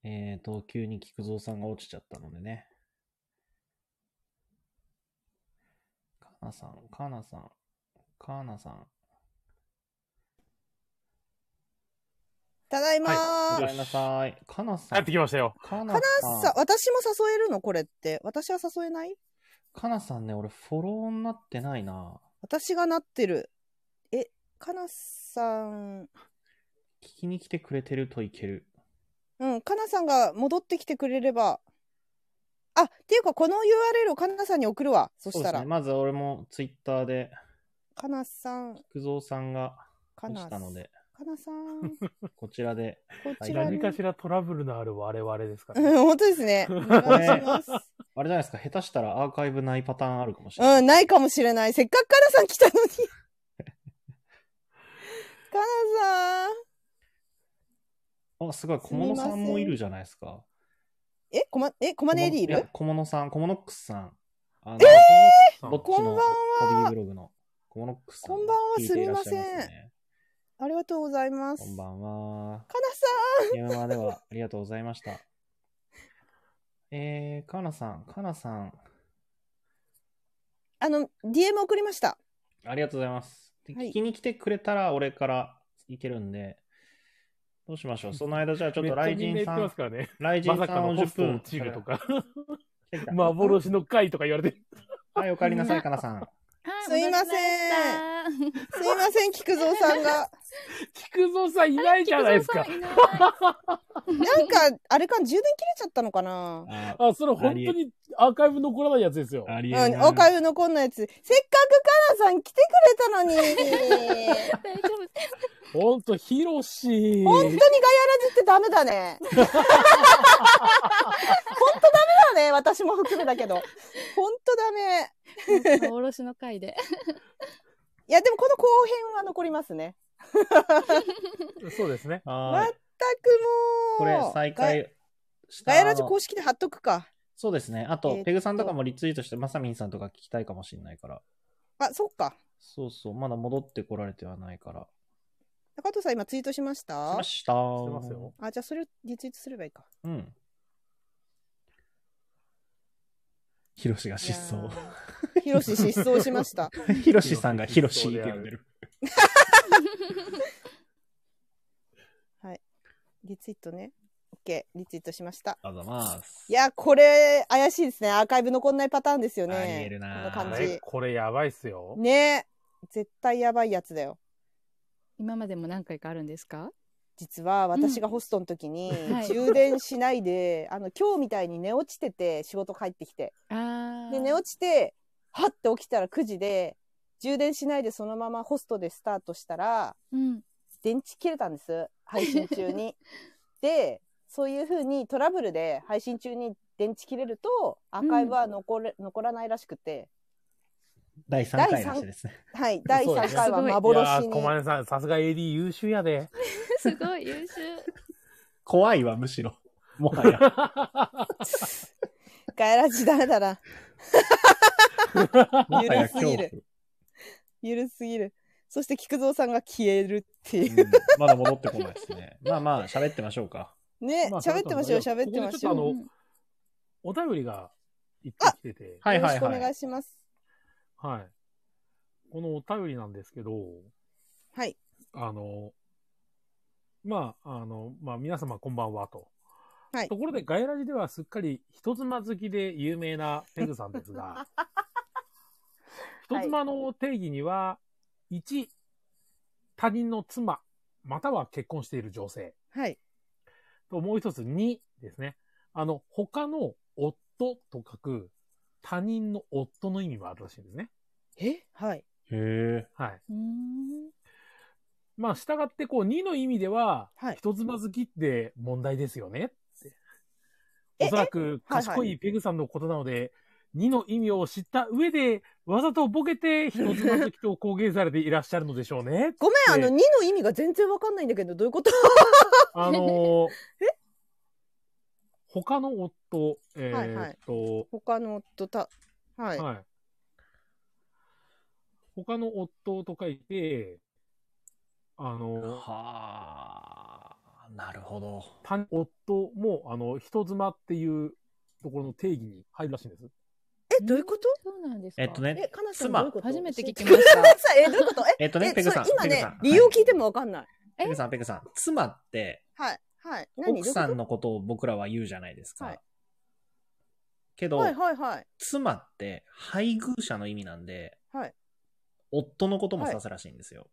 急に菊蔵さんが落ちちゃったのでね。かなさん。 ただいまー。 おかえりなさい。かなさん。 帰ってきましたよ。 かなかなさん。 さん、私も誘えるのこれって。私は誘えない？ かなさんね、俺フォローになってないな。 私がなってる。かなさん。 聞きに来てくれてるといける。 うん、かなさんが戻ってきてくれれば。あ、っていうかこの URL をかなさんに送るわ。そしたら。 そうですね。まず俺もツイッターで、 かなさん。 菊蔵さんがかな落ちたので、 かなさん。 こちらで。 こちらに。 何かしらトラブルのある我々ですから、 うん、本当ですね。お願いします。 あれじゃないですか、下手したらアーカイブないパターンあるかもしれない。 うん、ないかもしれない。せっかくかなさん来たのに。かなさん。 あ、すごい、小物さんもいるじゃないですか。 コマネ AD いる？ 小物さん、コモノックスさん。ぼっちのホビーブログのコモノックスさん。 こんばんは、すみません。 ね、 ありがとうございます。 こんばんは。 かなさん。 ゲームマではありがとうございました。かなさん。 DM 送りました。 ありがとうございます。 はい、 聞きに来てくれたら俺から行けるんで、どうしましょう。その間じゃあちょっとライジンさん、ライジンさんを10分。 落ちるとか。幻の回とか言われて。 はい、お帰りなさい、かなさん。 すいません。すいません、菊蔵さんが。 菊蔵さんいないじゃないですか。 なんか、あれか、充電切れちゃったのかな。 あ、それ本当にアーカイブ残らないやつですよ。 アーカイブ残んないやつ。せっかくかなさん来てくれたのに。 大丈夫。 ほんと、ひろし。 本当にガヤラジってダメだね。本当ダメだね。私も含めだけど。本当ダメ。 幻の回で。 いや、でもこの後編は残りますね。 そうですね。 全くもう。 これ再開したガヤラジ公式で貼っとくか。 そうですね。あと、ペグさんとかもリツイートして、まさみんさんとか聞きたいかもしれないから。 あ、そっか。 そうそう。まだ戻ってこられてはないから。 中藤さん今ツイートしました？ しました。 してますよ。 あ、じゃあそれをリツイートすればいいか。 うん。ヒロシが失踪。 ヒロシ失踪しました。 ヒロシさんがヒロシって呼んでる。 はい。リツイートね。OK。リツイートしました。 ありがとうございます。 いや、これ、怪しいですね。アーカイブ残んないパターンですよね。 ありえるな。 この感じ。 これやばいっすよ。 ね。絶対やばいやつだよ。 今までも何回かあるんですか？ 実は私がホストの時に、充電しないで、今日みたいに寝落ちてて仕事帰ってきて。で、寝落ちて、はって起きたら9時で、充電しないでそのままホストでスタートしたら、電池切れたんです。配信中に。で、そういう風にトラブルで配信中に電池切れると、アーカイブは残らないらしくて。 第3回らしいですね。 はい、第3回は幻に。 小金さん、さすが AD 優秀やで。 すごい優秀。 怖いわ、むしろ。もはや。 ガヤラジダメだな。ゆるすぎる。ゆるすぎる。そして菊蔵さんが消えるっていう。 まだ戻ってこないですね。まあまあ、喋ってましょうか。 ね、喋ってましょう、喋ってましょう。 お便りがいってきてて。 よろしくお願いします。 はい。このお便りなんですけど、 はい。 皆様こんばんはと。 はい。 ところで、ガヤラジではすっかり人妻好きで有名なペグさんですが、人妻の定義には、1、他人の妻、または結婚している女性。 はい。 と、もう一つ、2ですね。他の夫と書く、他人の夫の意味もあるらしいんですね。 はい。 へはい。まあ、従って、2の意味では、人妻好きって問題ですよねって。おそらく、賢いペグさんのことなので、2の意味を知った上で、わざとボケて人妻好きと公言されていらっしゃるのでしょうね。 ごめん、2の意味が全然わかんないんだけど、どういうこと？ 他の夫、 他の夫はい。 他の夫と書いて、 なるほど。 夫も、人妻っていうところの定義に入るらしいんです。 どういうこと？ そうなんですか。 かなさんどういうこと？ 初めて聞きました。 どういうこと？ ペグさん。 今ね、理由を聞いてもわかんない。 ペグさん。妻って、 はい。 奥さんのことを僕らは言うじゃないですか。はい、けど、妻って配偶者の意味なんで、はい、夫のことも指すらしいんですよ。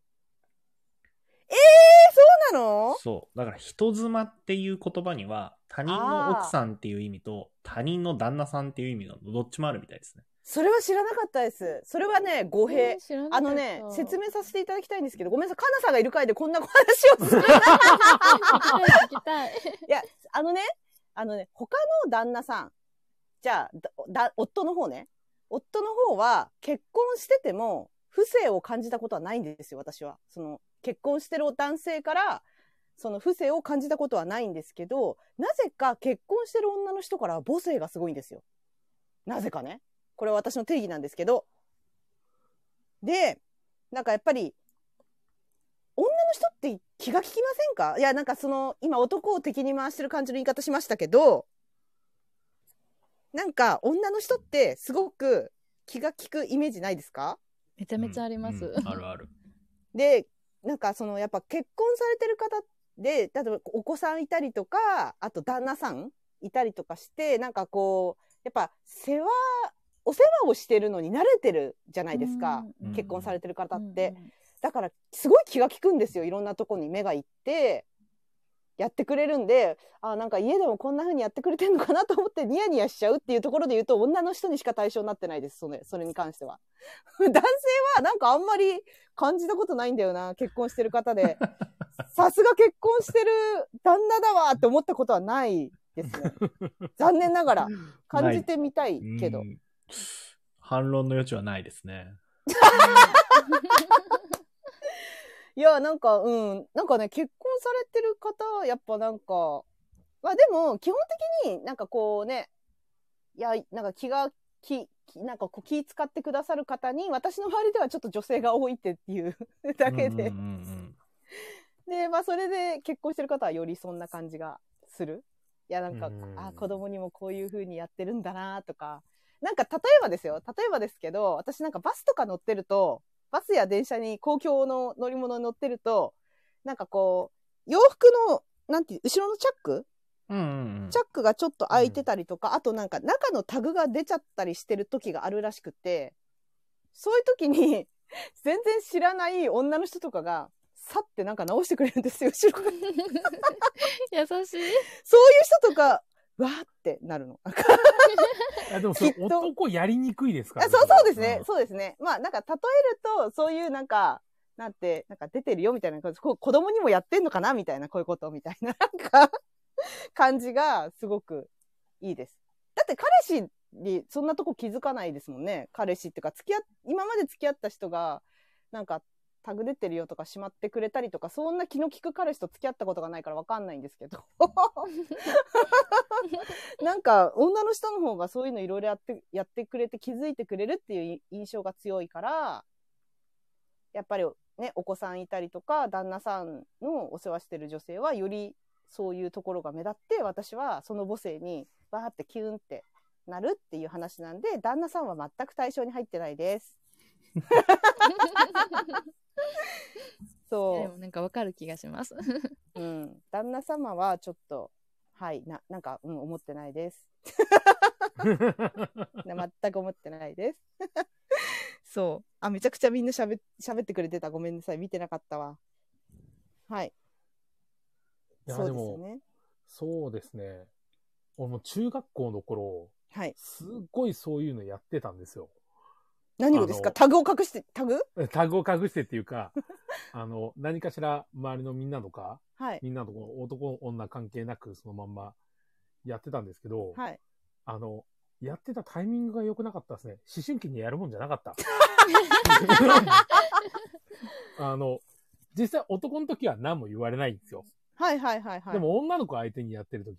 そうなの？ そう。だから人妻っていう言葉には他人の奥さんっていう意味と他人の旦那さんっていう意味のどっちもあるみたいですね。 それは知らなかったです。それはね、語弊。説明させていただきたいんですけど、ごめんなさい。かなさんがいる回でこんな話をする。聞きたい。いや、他の旦那さん。じゃあ、夫の方ね。夫の方は結婚してても不正を感じたことはないんですよ、私は。結婚してる男性から、不正を感じたことはないんですけど、なぜか結婚してる女の人からは母性がすごいんですよ。なぜかね。これは私の定義なんですけど。で、なんかやっぱり、女の人って気が利きませんか？いや、なんか今男を敵に回してる感じの言い方しましたけど、なんか女の人ってすごく気が利くイメージないですか？ めちゃめちゃあります。 あるある。で、 なんかやっぱ結婚されてる方で、例えばお子さんいたりとか、あと旦那さんいたりとかして、なんかやっぱお世話をしてるのに慣れてるじゃないですか。結婚されてる方って。だからすごい気が利くんですよ。いろんなとこに目がいってやってくれるんで、なんか家でもこんな風にやってくれてんのかなと思ってニヤニヤしちゃうっていうところで言うと、女の人にしか対象になってないです。それに関しては。男性はなんかあんまり感じたことないんだよな。結婚してる方で。さすが結婚してる旦那だわって思ったことはないですね。残念ながら感じてみたいけど。 反論の余地はないですね。 いや、なんかね、結婚されてる方、やっぱなんか、でも、基本的になんかいや、なんかなんか気使ってくださる方に、私の周りではちょっと女性が多いっていうだけで。で、それで結婚してる方はよりそんな感じがする。いや、なんか、子供にもこういう風にやってるんだなとか。なんか、例えばですけど、私なんかバスとか乗ってると、バスや電車に公共の乗り物に乗ってると、なんか洋服の、後ろのチャック、チャックがちょっと開いてたりとか、あとなんか中のタグが出ちゃったりしてる時があるらしくて、そういう時に、全然知らない女の人とかが、さってなんか直してくれるんですよ、後ろから。 優しい。そういう人とか、わーってなるの。 でも男やりにくいですからね。そうですね。そうですね。なんか例えると、そういうなんか出てるよみたいな、子供にもやってんのかなみたいな、こういうことみたいな、なんか、感じがすごくいいです。だって彼氏にそんなとこ気づかないですもんね。彼氏っていうか、今まで付き合った人が、なんか、タグ出てるよとかしまってくれたりとか、そんな気の利く彼氏と付き合ったことがないから分かんないんですけど。なんか、女の人の方がそういうのいろいろやってくれて気づいてくれるっていう印象が強いから、やっぱりね、お子さんいたりとか、旦那さんのお世話してる女性は、よりそういうところが目立って、私はその母性にバーってキュンってなるっていう話なんで、旦那さんは全く対象に入ってないです。そう。 でもなんかわかる気がします。 旦那様はちょっと、はい、なんか、思ってないです。全く思ってないです。そう。めちゃくちゃみんな喋ってくれてた。ごめんなさい。見てなかったわ。はい。 いや、でも、そうですね。俺も中学校の頃、はい、すっごいそういうのやってたんですよ。 何をですか？タグを隠して、タグを隠してっていうか、何かしら周りのみんなとか、はい、みんなと男女関係なくそのまんまやってたんですけど、はい、やってたタイミングが良くなかったですね。思春期にやるもんじゃなかった。実際男の時は何も言われないんですよ。 はいはいはいはい。 でも女の子相手にやってる時って、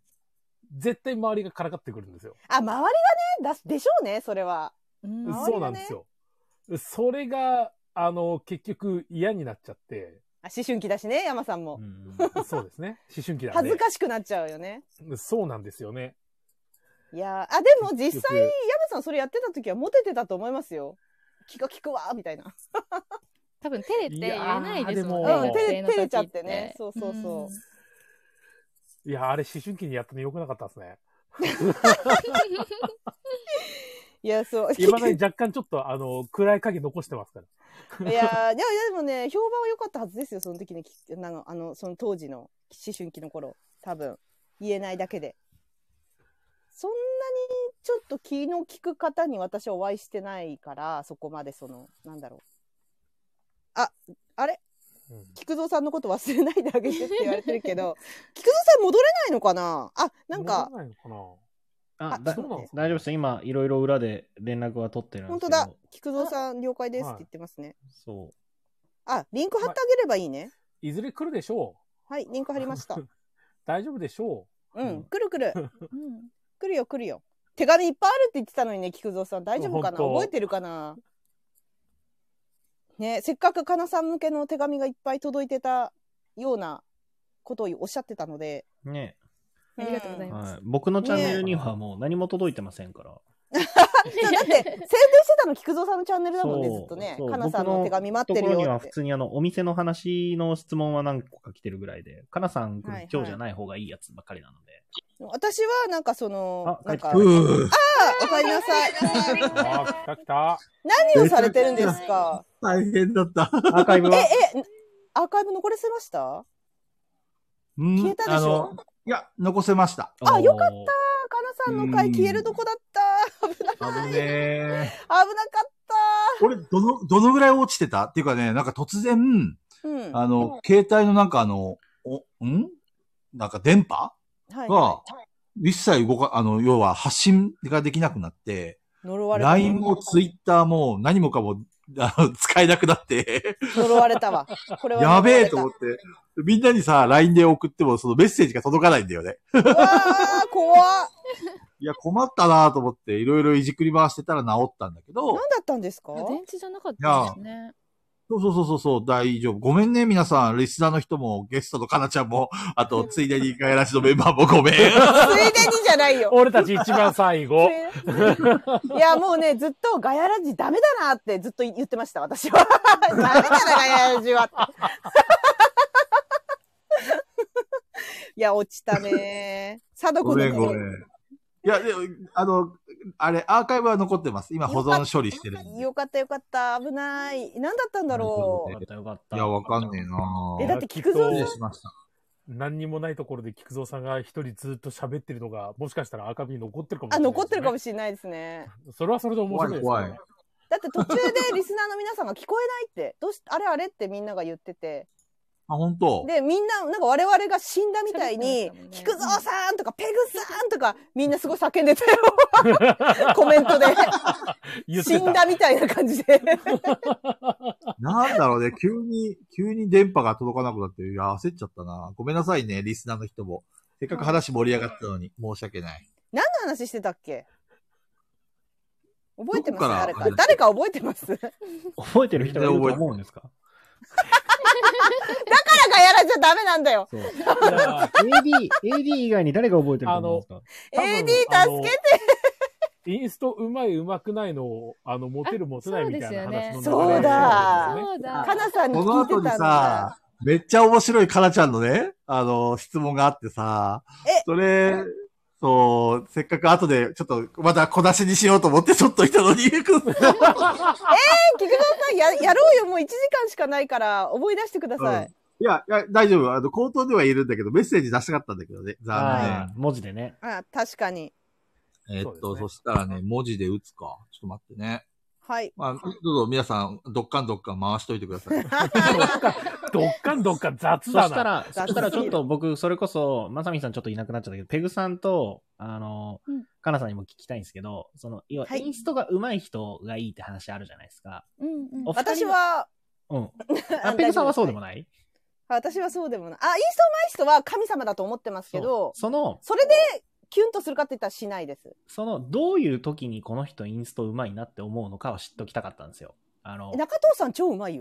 絶対周りがからかってくるんですよ。 周りがね、でしょうね、それは。 そうなんですよ。それが、結局嫌になっちゃって、 思春期だしね、山さんも。 そうですね。思春期だね。 恥ずかしくなっちゃうよね。 そうなんですよね。 いやでも実際、山さんそれやってた時はモテてたと思いますよ。気が利くわみたいな。 多分照れて言えないですもんね。 照れちゃってね。そうそうそう。 いや、あれ思春期にやったの良くなかったですね。 いや、そう。 今だに若干ちょっと、暗い影残してますから。 いや、でもね、評判は良かったはずですよ、その時に、その当時の思春期の頃。多分、言えないだけで。そんなにちょっと気の利く方に私はお会いしてないから、そこまでなんだろう。あれ菊蔵さんのこと忘れないであげてって言われてるけど、菊蔵さん戻れないのかななんか。 戻れないのかな大丈夫です。今、いろいろ裏で連絡は取ってるんですけど。 本当だ。菊蔵さん了解ですって言ってますね。 そう。 リンク貼ってあげればいいね。 いずれ来るでしょう。はい、リンク貼りました。 大丈夫でしょう。来る。来るよ。手紙いっぱいあるって言ってたのにね、菊蔵さん。大丈夫かな覚えてるかなね、せっかくかなさん向けの手紙がいっぱい届いてたようなことをおっしゃってたので。 ね。 ありがとうございます。 僕のチャンネルにはもう何も届いてませんから。 だって宣伝してたの菊蔵さんのチャンネルだもんね、ずっとね。かなさんの手紙待ってるよって。 僕のところには普通にお店の話の質問は何個か来てるぐらいで、かなさん今日じゃない方がいいやつばっかりなので。 私はなんかお帰りなさい。 来た。 何をされてるんですか。 大変だった。 アーカイブはアーカイブ残れせました？消えたでしょ？ いや、残せました。 よかった。かなさんの回消えるとこだった。危ない。危なかった。 俺、どのぐらい落ちてたっていうかね、なんか突然、携帯のなんかなんか電波が、一切要は発信ができなくなって、LINE も Twitter も何もかも、使えなくなって。 呪われたわ。これはやべえと思って。みんなにさ、LINE で送ってもそのメッセージが届かないんだよね。 うわー、怖っ。 いや、困ったなと思って、いろいろいじくり回してたら治ったんだけど。 何だったんですか？ 電池じゃなかったんですね。 そう、大丈夫。ごめんね、皆さん。リスナーの人も、ゲストのかなちゃんも、あと、ついでにガヤラジのメンバーもごめん。ついでにじゃないよ。 俺たち一番最後。 いや、もうね、ずっとガヤラジダメだなってずっと言ってました、私は。ダメだな、ガヤラジは。いや、落ちたね。貞子のごめん。いや、でも、あれ、アーカイブは残ってます。今保存処理してる。 よかった。危ない。何だったんだろう。 よかった。 いや、わかんねえなだって菊蔵さん。 何にもないところで菊蔵さんが一人ずっと喋ってるのが、もしかしたらアーカイブに残ってるかもしれない、 残ってるかもしれないですね。 それはそれで面白いですね。 怖い。 だって途中でリスナーの皆さんが聞こえないって、あれってみんなが言ってて。 本当。 で、みんな、なんか我々が死んだみたいに、菊蔵さんとかペグさんとか、みんなすごい叫んでたよ。コメントで。死んだみたいな感じで。 なんだろうね、急に電波が届かなくなって、いや、焦っちゃったな。ごめんなさいね、リスナーの人も。せっかく話盛り上がったのに、申し訳ない。 何の話してたっけ？覚えてます？誰か覚えてます？ 覚えてる人がいると思うんですか？ だからガヤラじゃダメなんだよ。 AD 以外に誰が覚えてると思うんですか？ AD 助けて。 インストうまくないのを、モテる持てないみたいな話の流れ。 そうだ。かなさんに聞いてたんだ。この後にさ、 めっちゃ面白いかなちゃんのね、質問があってさ、それ、そう、せっかく後で、ちょっと、また小出しにしようと思って、ちょっといたのに。菊蔵さん、 やろうよ。もう1時間しかないから、思い出してください。 いや、大丈夫。口頭ではいるんだけど、メッセージ出したかったんだけどね。残念。 文字でね。 確かに。 そしたらね、文字で打つか。ちょっと待ってね。 はい。 どうぞ皆さん、どっかん回しといてください。 どっかん雑だな。そしたらちょっと僕、それこそ、まさみさんちょっといなくなっちゃったけど、ペグさんと、かなさんにも聞きたいんですけど、要は、インストが上手い人がいいって話あるじゃないですか。 私は、 ペグさんはそうでもない？ 私はそうでもない。インスト上手い人は神様だと思ってますけど、それで、キュンとするかって言ったらしないです。 どういう時にこの人インスト上手いなって思うのかを知っておきたかったんですよ。 中藤さん超上手いよ。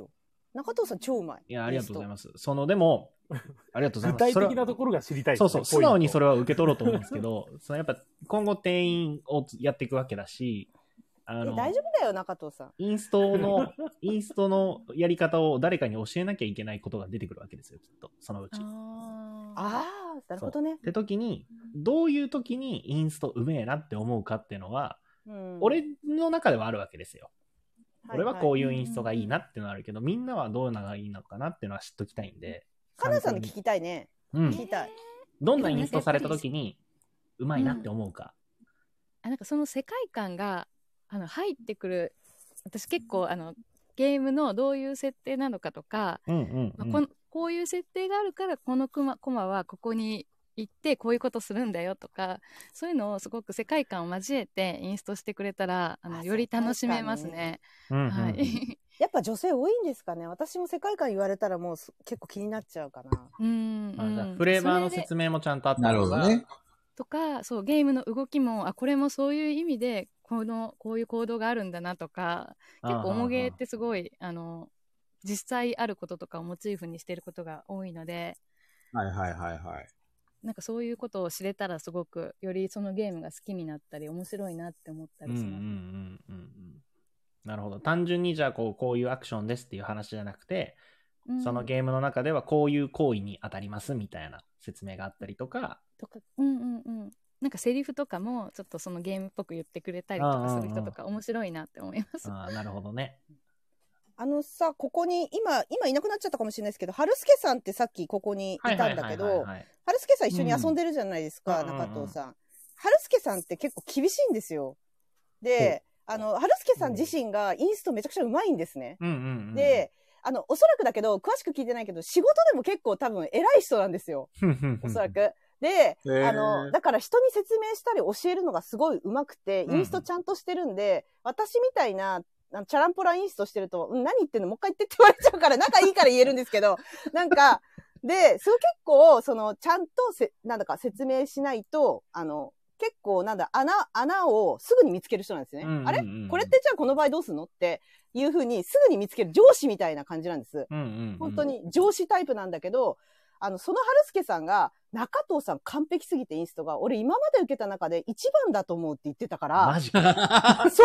中藤さん超うまい。 いや、ありがとうございます。でも、ありがとうございます。 具体的なところが知りたい、ね。 そうそう、素直にそれは受け取ろうと思うんですけど、やっぱ今後店員をやっていくわけだし、 大丈夫だよ、中藤さん。 インストのやり方を誰かに教えなきゃいけないことが出てくるわけですよ、きっと。そのうち。 ああ、なるほどね。 って時に、どういう時にインストうめえなって思うかっていうのは、俺の中ではあるわけですよ。俺はこういうインストがいいなっていうのはあるけど、みんなはどういうのがいいのかなっていうのは知っときたいんで。 かなさんの聞きたいね。聞きたい。 どんなインストされた時に、うまいなって思うか。 なんかその世界観が、入ってくる。私結構、ゲームのどういう設定なのかとか、こういう設定があるから、このコマはここに行ってこういうことするんだよとか、そういうのをすごく世界観を交えてインストしてくれたらより楽しめますね。はい。 やっぱ女性多いんですかね。私も世界観言われたらもう結構気になっちゃうかな。 フレーバーの説明もちゃんとあったなるほどね。 とか、そうゲームの動きもこれもそういう意味でこういう行動があるんだなとか、結構重ゲーってすごい実際あることとかをモチーフにしていることが多いので。 はいはいはいはい。 なんかそういうことを知れたらすごくよりそのゲームが好きになったり面白いなって思ったりします。 なるほど。単純にじゃあこういうアクションですっていう話じゃなくて、そのゲームの中ではこういう行為に当たりますみたいな説明があったりとか。 なんかセリフとかもちょっとそのゲームっぽく言ってくれたりとかする人とか面白いなって思います。 なるほどね。 さ、ここに、今いなくなっちゃったかもしれないですけど、春助さんってさっきここにいたんだけど、春助さん一緒に遊んでるじゃないですか、中藤さん。春助さんって結構厳しいんですよ。で、春助さん自身がインストめちゃくちゃうまいんですね。で、おそらくだけど、詳しく聞いてないけど、仕事でも結構多分偉い人なんですよ。おそらく。で、だから人に説明したり教えるのがすごい上手くて、インストちゃんとしてるんで、私みたいな、チャランポラインストしてると、何言ってんのもう一回言ってって言われちゃうから、仲いいから言えるんですけど、なんか、で、それ結構、ちゃんとなんだか説明しないと、結構、穴をすぐに見つける人なんですね。あれこれってじゃあこの場合どうすんのっていう風にすぐに見つける上司みたいな感じなんです。本当に上司タイプなんだけど、その春助さんが、中藤さん完璧すぎてインストが、俺今まで受けた中で一番だと思うって言ってたから。 マジか。 そう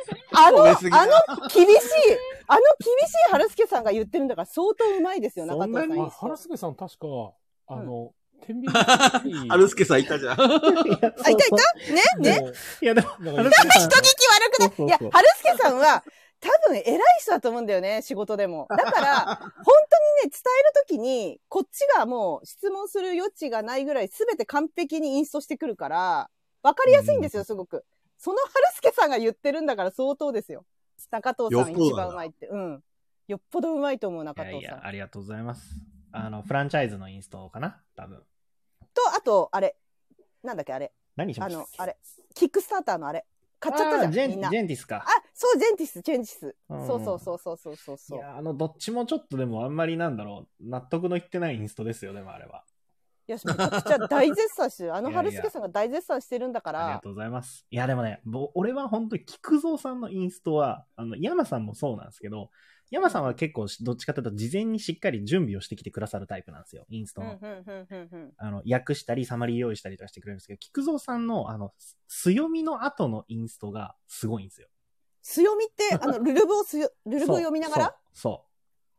厳しい春助さんが言ってるんだから相当うまいですよ、中藤さん。 春助さん確か、天秤春助さんいたじゃん。いたねいや、でも、人聞き悪くない。いや、春助さんは、多分偉い人だと思うんだよね、仕事でも。だから、本当にね、伝えるときに、こっちがもう質問する余地がないぐらい全て完璧にインストしてくるから、わかりやすいんですよ、すごく。その春助さんが言ってるんだから相当ですよ。中藤さん一番うまいって。よっぽどうまいと思う、中藤さん。 いや、ありがとうございます。フランチャイズのインストかな多分。 あと、あれ。なんだっけ、あれ。 何しました？ あれ。キックスターターのあれ。買っちゃったじゃん、みんな。 ジェンティスか。 そう、ジェンティス。そう。 いや、どっちもちょっとでもあんまり納得のいってないインストですよ、でもあれは。 いや、めちゃくちゃ大絶賛してる。春助さんが大絶賛してるんだから。 ありがとうございます。いや、でもね、俺は本当に菊蔵さんのインストは、山さんもそうなんですけど、山さんは結構どっちかというと事前にしっかり準備をしてきてくださるタイプなんですよ、インストの。訳したりサマリー用意したりとかしてくれるんですけど、菊蔵さんの強みの後のインストがすごいんですよ。 強みってルルブを読みながら？ そう。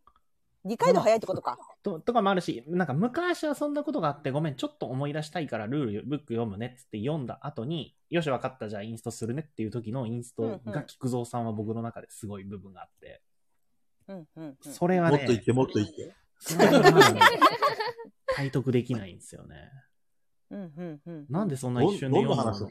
理解度早いってことか。 とかもあるし、なんか昔はそんなことがあって、ごめん、ちょっと思い出したいからルールブック読むねって読んだ後に、よし分かった、じゃあインストするねっていう時のインストが菊蔵さんは僕の中ですごい部分があって。それはね、 もっと言って。 それはね、体得できないんですよね。なんでそんな一瞬で読んだの？そう。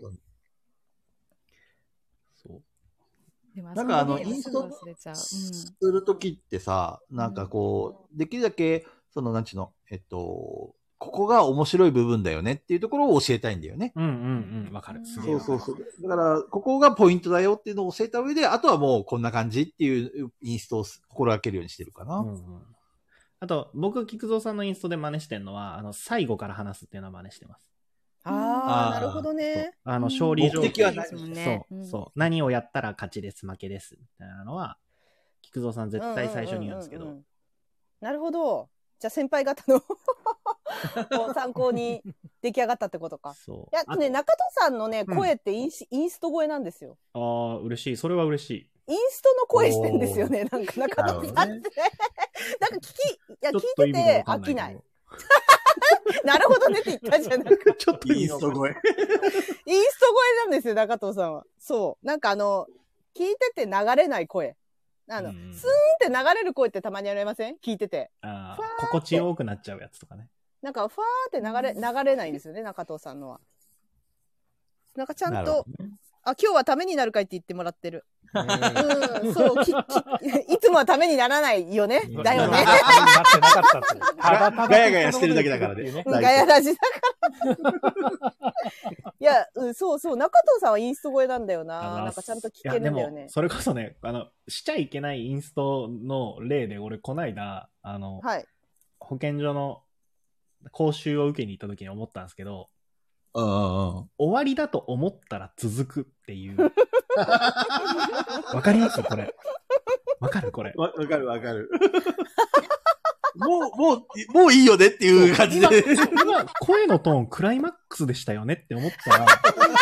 なんかインストするときってさ、なんかこう、できるだけ、なんちゅうの、ここが面白い部分だよねっていうところを教えたいんだよね。 わかる。 そう。だから、ここがポイントだよっていうのを教えた上で、あとはもうこんな感じっていうインストを心がけるようにしてるかな。 あと、僕、菊蔵さんのインストで真似してるのは、最後から話すっていうのを真似してます。 なるほどね。 勝利条件。そう。何をやったら勝ちです、負けです。みたいなのは、菊蔵さん絶対最初に言うんですけど、 なるほど。じゃあ先輩方の参考に出来上がったってことか。 そう。 いや、ね、中戸さんのね、声ってインスト声なんですよ。 ああ、嬉しい。それは嬉しい。 インストの声してんですよね、なんか中戸さんって。なんか聞いてて飽きない。なるほどねって言ったじゃん。なんかちょっとインスト声。 インスト声なんですよ、中藤さんは。そう。なんか聞いてて流れない声。スーンって流れる声ってたまにありません？聞いてて。 心地よくなっちゃうやつとかね。 なんか、ファーって流れないんですよね、中藤さんのは。なんかちゃんと、今日はためになるかいって言ってもらってる。そう、いつもはためにならないよね。だよね。なってなかったって。 ガヤガヤしてるだけだからね。 ガヤラジだから。いや、そう、中藤さんはインスト声なんだよな。なんかちゃんと聞けるんだよね。 でもそれこそね、しちゃいけないインストの例で、俺、こないだ、 はい。 保健所の講習を受けに行った時に思ったんですけど、 終わりだと思ったら続くっていう。わかりますこれ。わかるこれ。 わかる。もういいよねっていう感じで。 今、声のトーンクライマックスでしたよねって思ったら。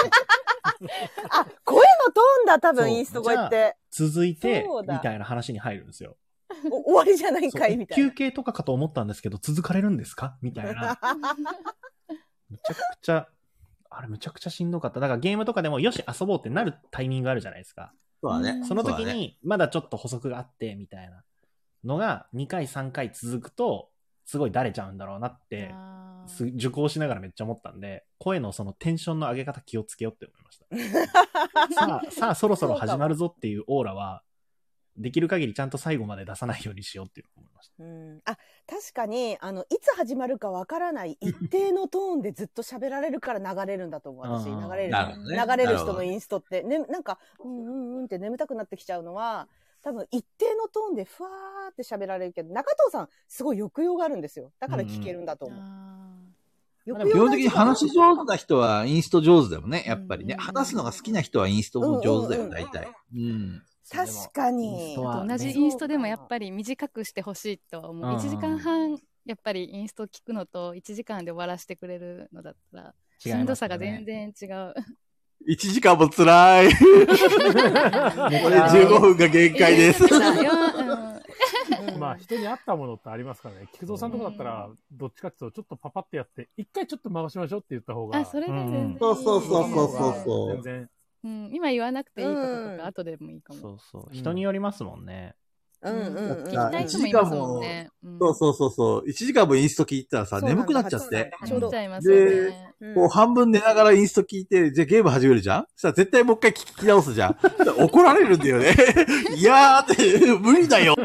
声のトーンだ、多分インスト声って。 続いて、みたいな話に入るんですよ。 終わりじゃないかいみたいな。 休憩とかかと思ったんですけど、続かれるんですかみたいな。むちゃくちゃしんどかった。だからゲームとかでもよし遊ぼうってなるタイミングあるじゃないですか。 そうだね。 その時にまだちょっと補足があってみたいなのが2回3回続くとすごいだれちゃうんだろうなって受講しながらめっちゃ思ったんで、声のそのテンションの上げ方気をつけようって思いました。さあそろそろ始まるぞっていうオーラはできる限りちゃんと最後まで出さないようにしようって思いました。 確かにいつ始まるかわからない一定のトーンでずっと喋られるから流れるんだと思う。私流れる人のインストって、ね、なんかって眠たくなってきちゃうのは多分一定のトーンでふわーって喋られるけど、中藤さんすごい抑揚があるんですよ。だから聞けるんだと思う。 基本的に話し上手な人はインスト上手だよね、やっぱりね。話すのが好きな人はインストも上手だよ、大体。 確かに。 同じインストでもやっぱり短くしてほしいとは思う。1時間半、やっぱりインスト聞くのと1時間で終わらせてくれるのだったら、しんどさが全然違う。 1時間も辛い。これ15分が限界です。 まあ人に合ったものってありますからね。菊蔵さんとかだったら、どっちかっていうとちょっとパパってやって、一回ちょっと回しましょうって言った方が。 それで全然。 そう。 全然。 今言わなくていいこととか後でもいいかも。 そう。人によりますもんね。 聞きたい人もいますもんね。 そう。1時間もインスト聞いたらさ、眠くなっちゃって。 で、 こう半分寝ながらインスト聞いて、じゃあゲーム始めるじゃん？そしたら絶対もう一回聞き直すじゃん。怒られるんだよね。いやーって、無理だよ。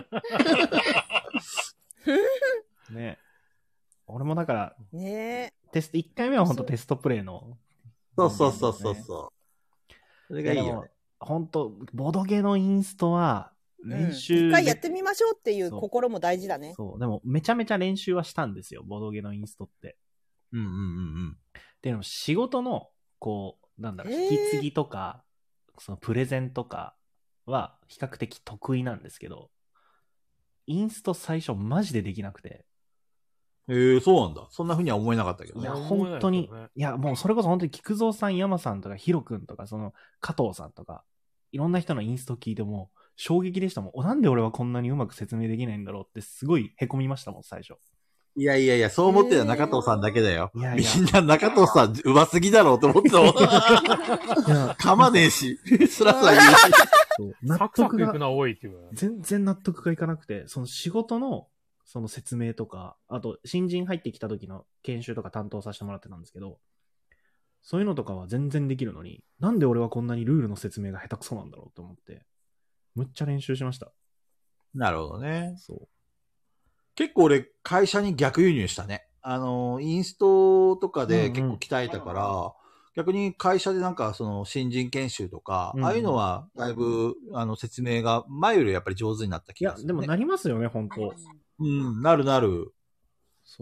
ね。俺もだから、 ね、 1回目は本当テストプレイの。 そう。それがいいよね。 本当ボドゲのインストは、練習、 一回やってみましょうっていう心も大事だね。 そう。でも、めちゃめちゃ練習はしたんですよ、ボドゲのインストって。でも、仕事の、こう、引き継ぎとか、そのプレゼンとかは、比較的得意なんですけど、インスト最初、マジでできなくて。 そうなんだ。そんな風には思えなかったけどね。 いや、本当に、いや、もうそれこそ本当に菊蔵さん、山さんとか、ヒロ君とか、その、加藤さんとか、いろんな人のインスト聞いても、衝撃でしたもん。なんで俺はこんなにうまく説明できないんだろうってすごい凹みましたもん、最初。 いや、そう思ってた中藤さんだけだよ。みんな中藤さんうますぎだろうと思ってたもん。噛まねえし、スラスラ言うし。 納得が多いっていう。 全然納得がいかなくて、その仕事のその説明とか、あと新人入ってきた時の研修とか担当させてもらってたんですけど、そういうのとかは全然できるのに、なんで俺はこんなにルールの説明が下手くそなんだろうと思って、むっちゃ練習しました。 なるほどね。 そう。 結構俺、会社に逆輸入したね。インストとかで結構鍛えたから、逆に会社でなんかその新人研修とか、ああいうのはだいぶ説明が前よりやっぱり上手になった気がする、ね。 いや、でもなりますよね、本当。 なる。 そう。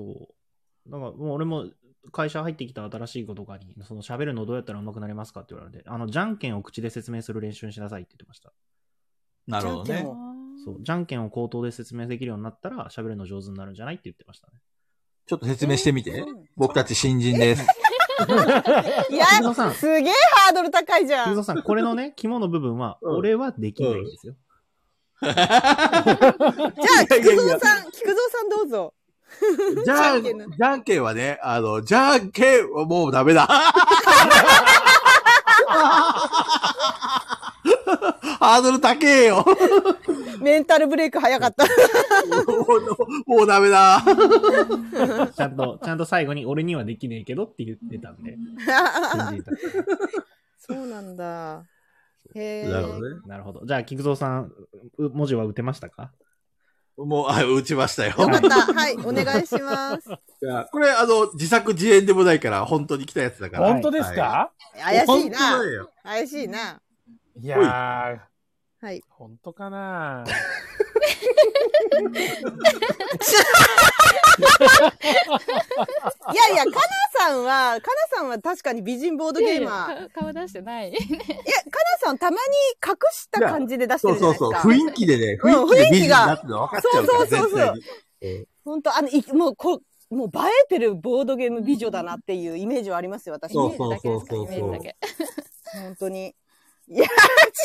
だからもう俺も会社入ってきた新しい子とかに、その喋るのどうやったら上手くなりますかって言われて、じゃんけんを口で説明する練習にしなさいって言ってました。 なるほどね。 そう。じゃんけんを口頭で説明できるようになったら、喋るの上手になるんじゃないって言ってましたね。 ちょっと説明してみて。僕たち新人です。 いや、すげえハードル高いじゃん。 菊蔵さん、これのね、肝の部分は、俺はできないんですよ。 じゃあ、菊蔵さんどうぞ。 じゃんけんはね、じゃんけんはもうダメだ。ハードル高えよ。 メンタルブレイク早かった。 もうダメだ。 ちゃんと最後に俺にはできねえけどって言ってたんで。 そうなんだ。へえ。 なるほどね。 なるほど。じゃあ、菊蔵さん、文字は打てましたか？ もう、打ちましたよ。 よかった。はい、お願いします。 いや、これ、自作自演でもないから、本当に来たやつだから。 本当ですか？ 怪しいな。怪しいな。 いやー。 はい。 本当かな。 いやいや、かなさんは確かに美人ボードゲーマー。 いや顔出してない。 いや、かなさんたまに隠した感じで出してるじゃないですか。 そう。雰囲気でね、雰囲気が分かっちゃうから。 そう。本当もう映えてるボードゲーム美女だなっていうイメージはありますよ、私。 そう。 イメージだけ。本当に。いや、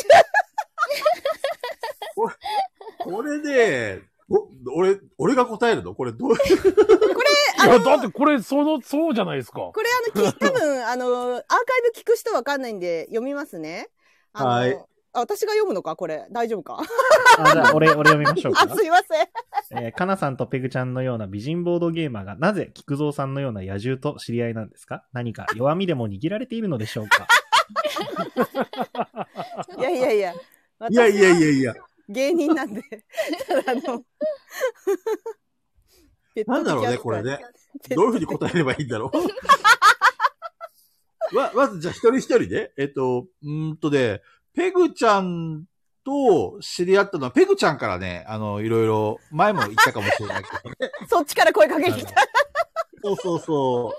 これね、俺が答えるのこれどういうこれ、いや、だってこれ、そうじゃないですか。 これ多分、アーカイブ聞く人わかんないんで、読みますね。 はい。 私が読むのかこれ。大丈夫かじゃあ、俺読みましょうか。 すいません。かなさんとペグちゃんのような美人ボードゲーマーが、なぜ菊蔵さんのような野獣と知り合いなんですか？何か弱みでも握られているのでしょうか？ いや。 いや。 芸人なんで。 なんだろうね、これね。どういうふうに答えればいいんだろう。まず、じゃあ一人一人で、ペグちゃんと知り合ったのは、ペグちゃんからね、いろいろ、前も言ったかもしれないけどね。 そっちから声かけてきた。 そう。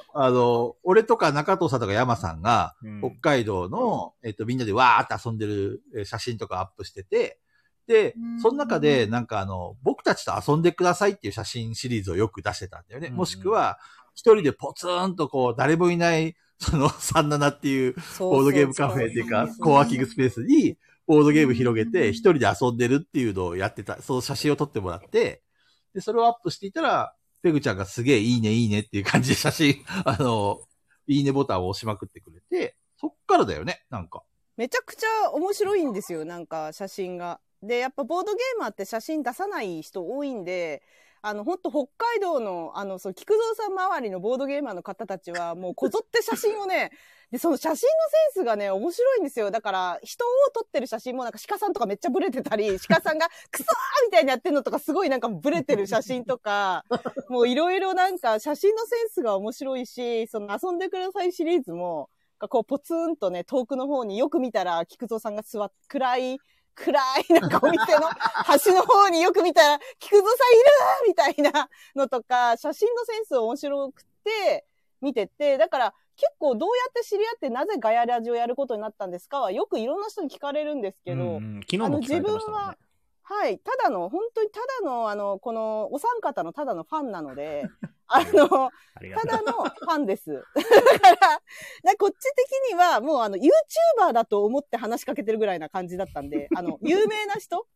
俺とか中藤さんとか山さんが、北海道の、みんなでわーって遊んでる写真とかアップしてて、で、その中で、なんか僕たちと遊んでくださいっていう写真シリーズをよく出してたんだよね。もしくは、一人でポツンとこう、誰もいない、37っていうボードゲームカフェっていうか、コワーキングスペースに、ボードゲーム広げて、一人で遊んでるっていうのをやってた、その写真を撮ってもらって、で、それをアップしていたら、ペグちゃんがすげえいいねっていう感じで写真、いいねボタンを押しまくってくれて、そっからだよね、なんか。 めちゃくちゃ面白いんですよ、なんか写真が。で、やっぱボードゲーマーって写真出さない人多いんで、ほんと北海道の、菊蔵さん周りのボードゲーマーの方たちは、もうこぞって写真をね、で、その写真のセンスがね、面白いんですよ。だから、人を撮ってる写真もなんか鹿さんとかめっちゃブレてたり、鹿さんがクソーみたいにやってんのとかすごいなんかブレてる写真とか、もういろいろなんか写真のセンスが面白いし、その遊んでくださいシリーズも、こうポツンとね、遠くの方によく見たら、菊蔵さんが暗いなんかお店の端の方によく見たら、菊蔵さんいるみたいなのとか、写真のセンス面白くて見てて、だから結構どうやって知り合ってなぜガヤラジをやることになったんですかはよくいろんな人に聞かれるんですけど、 昨日も聞かれてましたもんね。 はい、本当にただの、このお三方のただのファンなので、ただのファンです。だから、こっち的にはもうYouTuber だと思って話しかけてるぐらいな感じだったんで、有名な方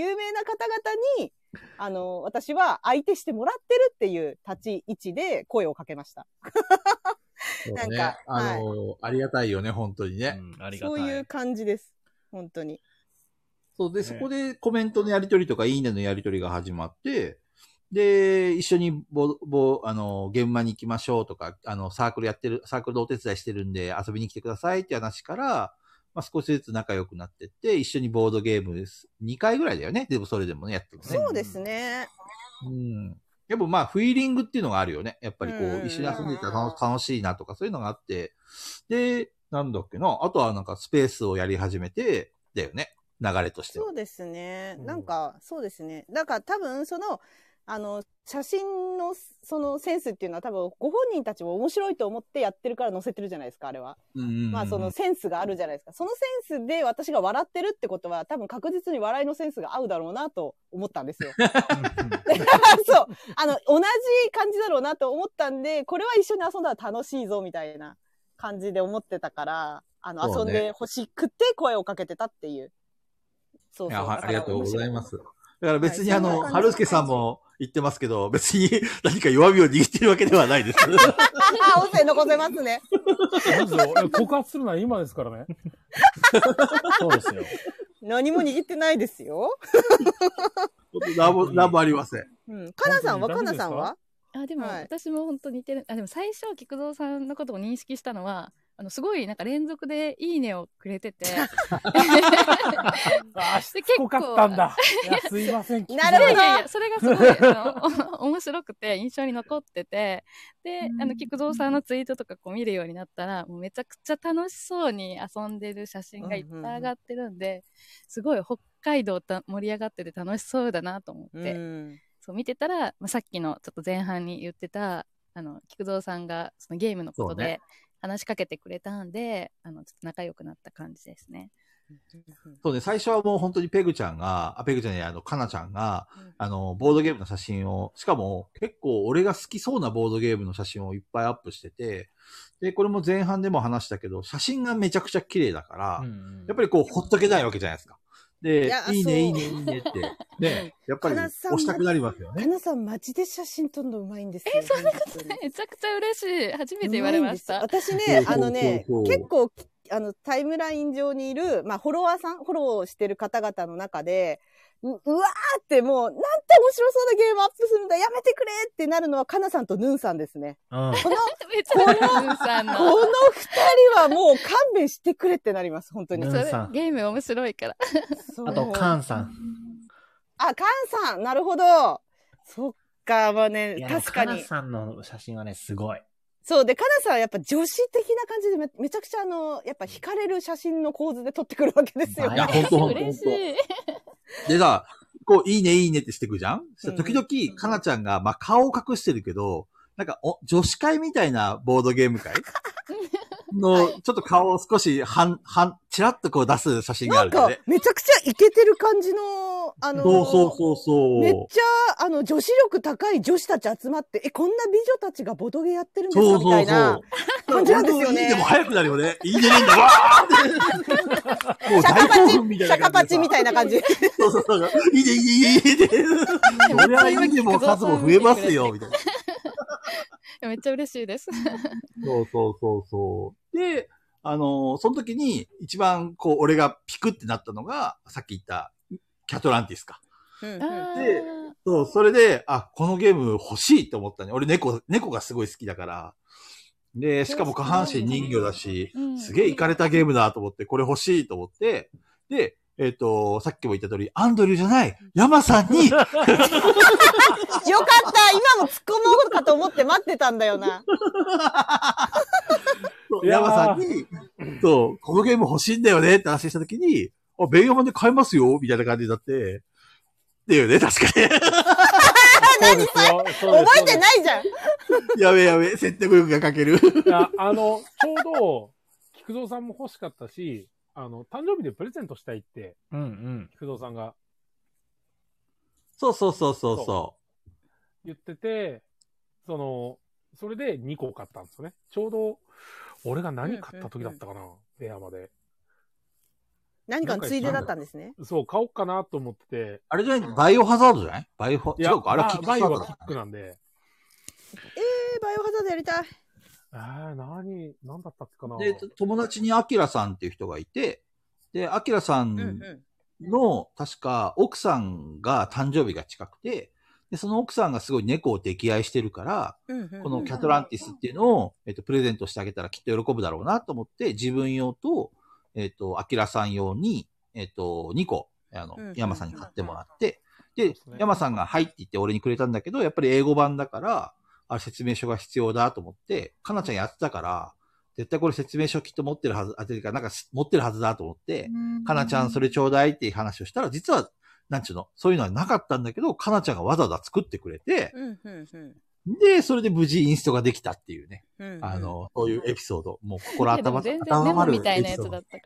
々に、私は相手してもらってるっていう立ち位置で声をかけました。 なんか、ありがたいよね、本当にね。 ありがたい。 そういう感じです。本当に。 そうで、そこでコメントのやり取りとかいいねのやり取りが始まって、で、一緒に現場に行きましょうとか、サークルでお手伝いしてるんで遊びに来てくださいって話から、まあ、少しずつ仲良くなってって、一緒にボードゲーム2回ぐらいだよね。でもそれでもね、やってるね。 そうですね。 やっぱまあ、フィーリングっていうのがあるよね。やっぱりこう、一緒に遊んでたら楽しいなとか、そういうのがあって、で、なんだっけな、あとはなんかスペースをやり始めて、だよね。流れとしては。 そうですね。なんか、そうですね。だから多分、 写真のそのセンスっていうのは多分ご本人たちも面白いと思ってやってるから載せてるじゃないですか、あれは。まあそのセンスがあるじゃないですか。そのセンスで私が笑ってるってことは多分確実に笑いのセンスが合うだろうなと思ったんですよ。そう。同じ感じだろうなと思ったんで、これは一緒に遊んだら楽しいぞみたいな感じで思ってたから、遊んで欲しくて声をかけてたっていう。そうそう。 ありがとうございます。だから別に春助さんも言ってますけど、別に何か弱みを握ってるわけではないです。 音声残せますね。 告発するのは今ですからね。 そうですよ。 何も握ってないですよ。 何もありません。 かなさんはでも、私も本当似てる。でも最初、菊蔵さんのことを認識したのは、すごいなんか連続でいいねをくれてて。 しつこかったんだ。いや、すいません。 なるほど。 いやいや、それがすごい、面白くて、印象に残ってて、で、菊蔵さんのツイートとかこう見るようになったら、もうめちゃくちゃ楽しそうに遊んでる写真がいっぱい上がってるんで、すごい北海道盛り上がってて楽しそうだなと思って、そう見てたら、さっきのちょっと前半に言ってた、菊蔵さんがそのゲームのことで話しかけてくれたんで、ちょっと仲良くなった感じですね。 そうね、最初はもう本当にペグちゃんが、ペグちゃんやカナちゃんが、ボードゲームの写真を、しかも結構俺が好きそうなボードゲームの写真をいっぱいアップしてて、で、これも前半でも話したけど、写真がめちゃくちゃ綺麗だから、やっぱりこう、ほっとけないわけじゃないですか。で、いいねって、ね、やっぱり押したくなりますよね。 かなさん、街で写真撮るのうまいんですよ。 そんなことない。めちゃくちゃ嬉しい。初めて言われました。 私ね、結構、タイムライン上にいる、まあ、フォローしてる方々の中で、うわーってもう、なんて面白そうなゲームアップするんだ、やめてくれってなるのは、かなさんとヌンさんですね。この二人はもう勘弁してくれってなります、本当に。 それゲーム面白いから。 あと、カンさん。 カンさん、なるほど。そっか、まあね、確かに。 カナさんの写真はね、すごい。 そうで、かなさんはやっぱ女子的な感じでめちゃくちゃやっぱ惹かれる写真の構図で撮ってくるわけですよ。 いや、ほんと。でさ、こう、いいねってしてくじゃん？時々、かなちゃんが、まあ、顔を隠してるけど、なんか、女子会みたいなボードゲーム会の、ちょっと顔を少し、チラッとこう出す写真があるんで、ね。 なんか、めちゃくちゃイケてる感じの、 そう。 めっちゃ、女子力高い女子たち集まって、こんな美女たちがボドゲやってるんですかみたいな感じなんですよね。 いいねも早くなるよね。いいね、わーって。もう大興奮みたいな感じ。 シャカパチみたいな感じ。 そう。いいねって。そりゃいいねも数も増えますよ、みたいな。 めっちゃ嬉しいです。 そう。で、その時に一番こう、俺がピクってなったのが、さっき言ったキャトランティスか。で、それで、このゲーム欲しいって思ったね。俺猫がすごい好きだから。で、しかも下半身人魚だし、すげえイカれたゲームだと思って、これ欲しいと思って、で、さっきも言った通り、アンドリューじゃない、山さんによかった、 今も突っ込もうかと思って待ってたんだよな。 山さんに、このゲーム欲しいんだよねって話したときに、ベンヤマンで買えますよみたいな感じになって、っていうね、確かに。 何それ覚えてないじゃん。 やべ、説得力が欠ける。 ちょうど、菊蔵さんも欲しかったし、誕生日でプレゼントしたいって、菊蔵さんが。 そう。 言ってて、それで2個買ったんですよね。ちょうど、俺が何買った時だったかな、ベアまで。 何かのついでだったんですね。 そう、買おうかなと思ってて。 あれじゃないバイオハザードじゃない違うかあれはキックバイオはキックなんで。 バイオハザードやりたい。 何だったっけかな。 で、友達にアキラさんっていう人がいて、で、アキラさんの、確か奥さんが誕生日が近くて、で、その奥さんがすごい猫を溺愛してるから、このキャトランティスっていうのを、プレゼントしてあげたらきっと喜ぶだろうなと思って、自分用と、アキラさん用に、2個、山さんに買ってもらって、で、山さんがはいって言って俺にくれたんだけど、やっぱり英語版だから、説明書が必要だと思って、かなちゃんやってたから、絶対これ説明書きっと持ってるはず、なんか持ってるはずだと思って、かなちゃんそれちょうだいっていう話をしたら、実はなんちゅうの、そういうのはなかったんだけど、かなちゃんがわざわざ作ってくれて、で、それで無事インストができたっていうね。そういうエピソード。もう心温まる。 全然メモみたいなやつだったから。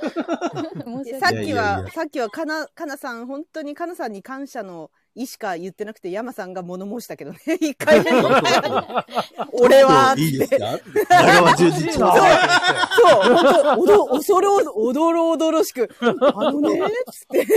さっきはかなさん、本当にかなさんに感謝の意しか言ってなくて、山さんが物申したけどね。一回目の俺はいいですか長川充実の。 そう、おどろおどろしく、つって、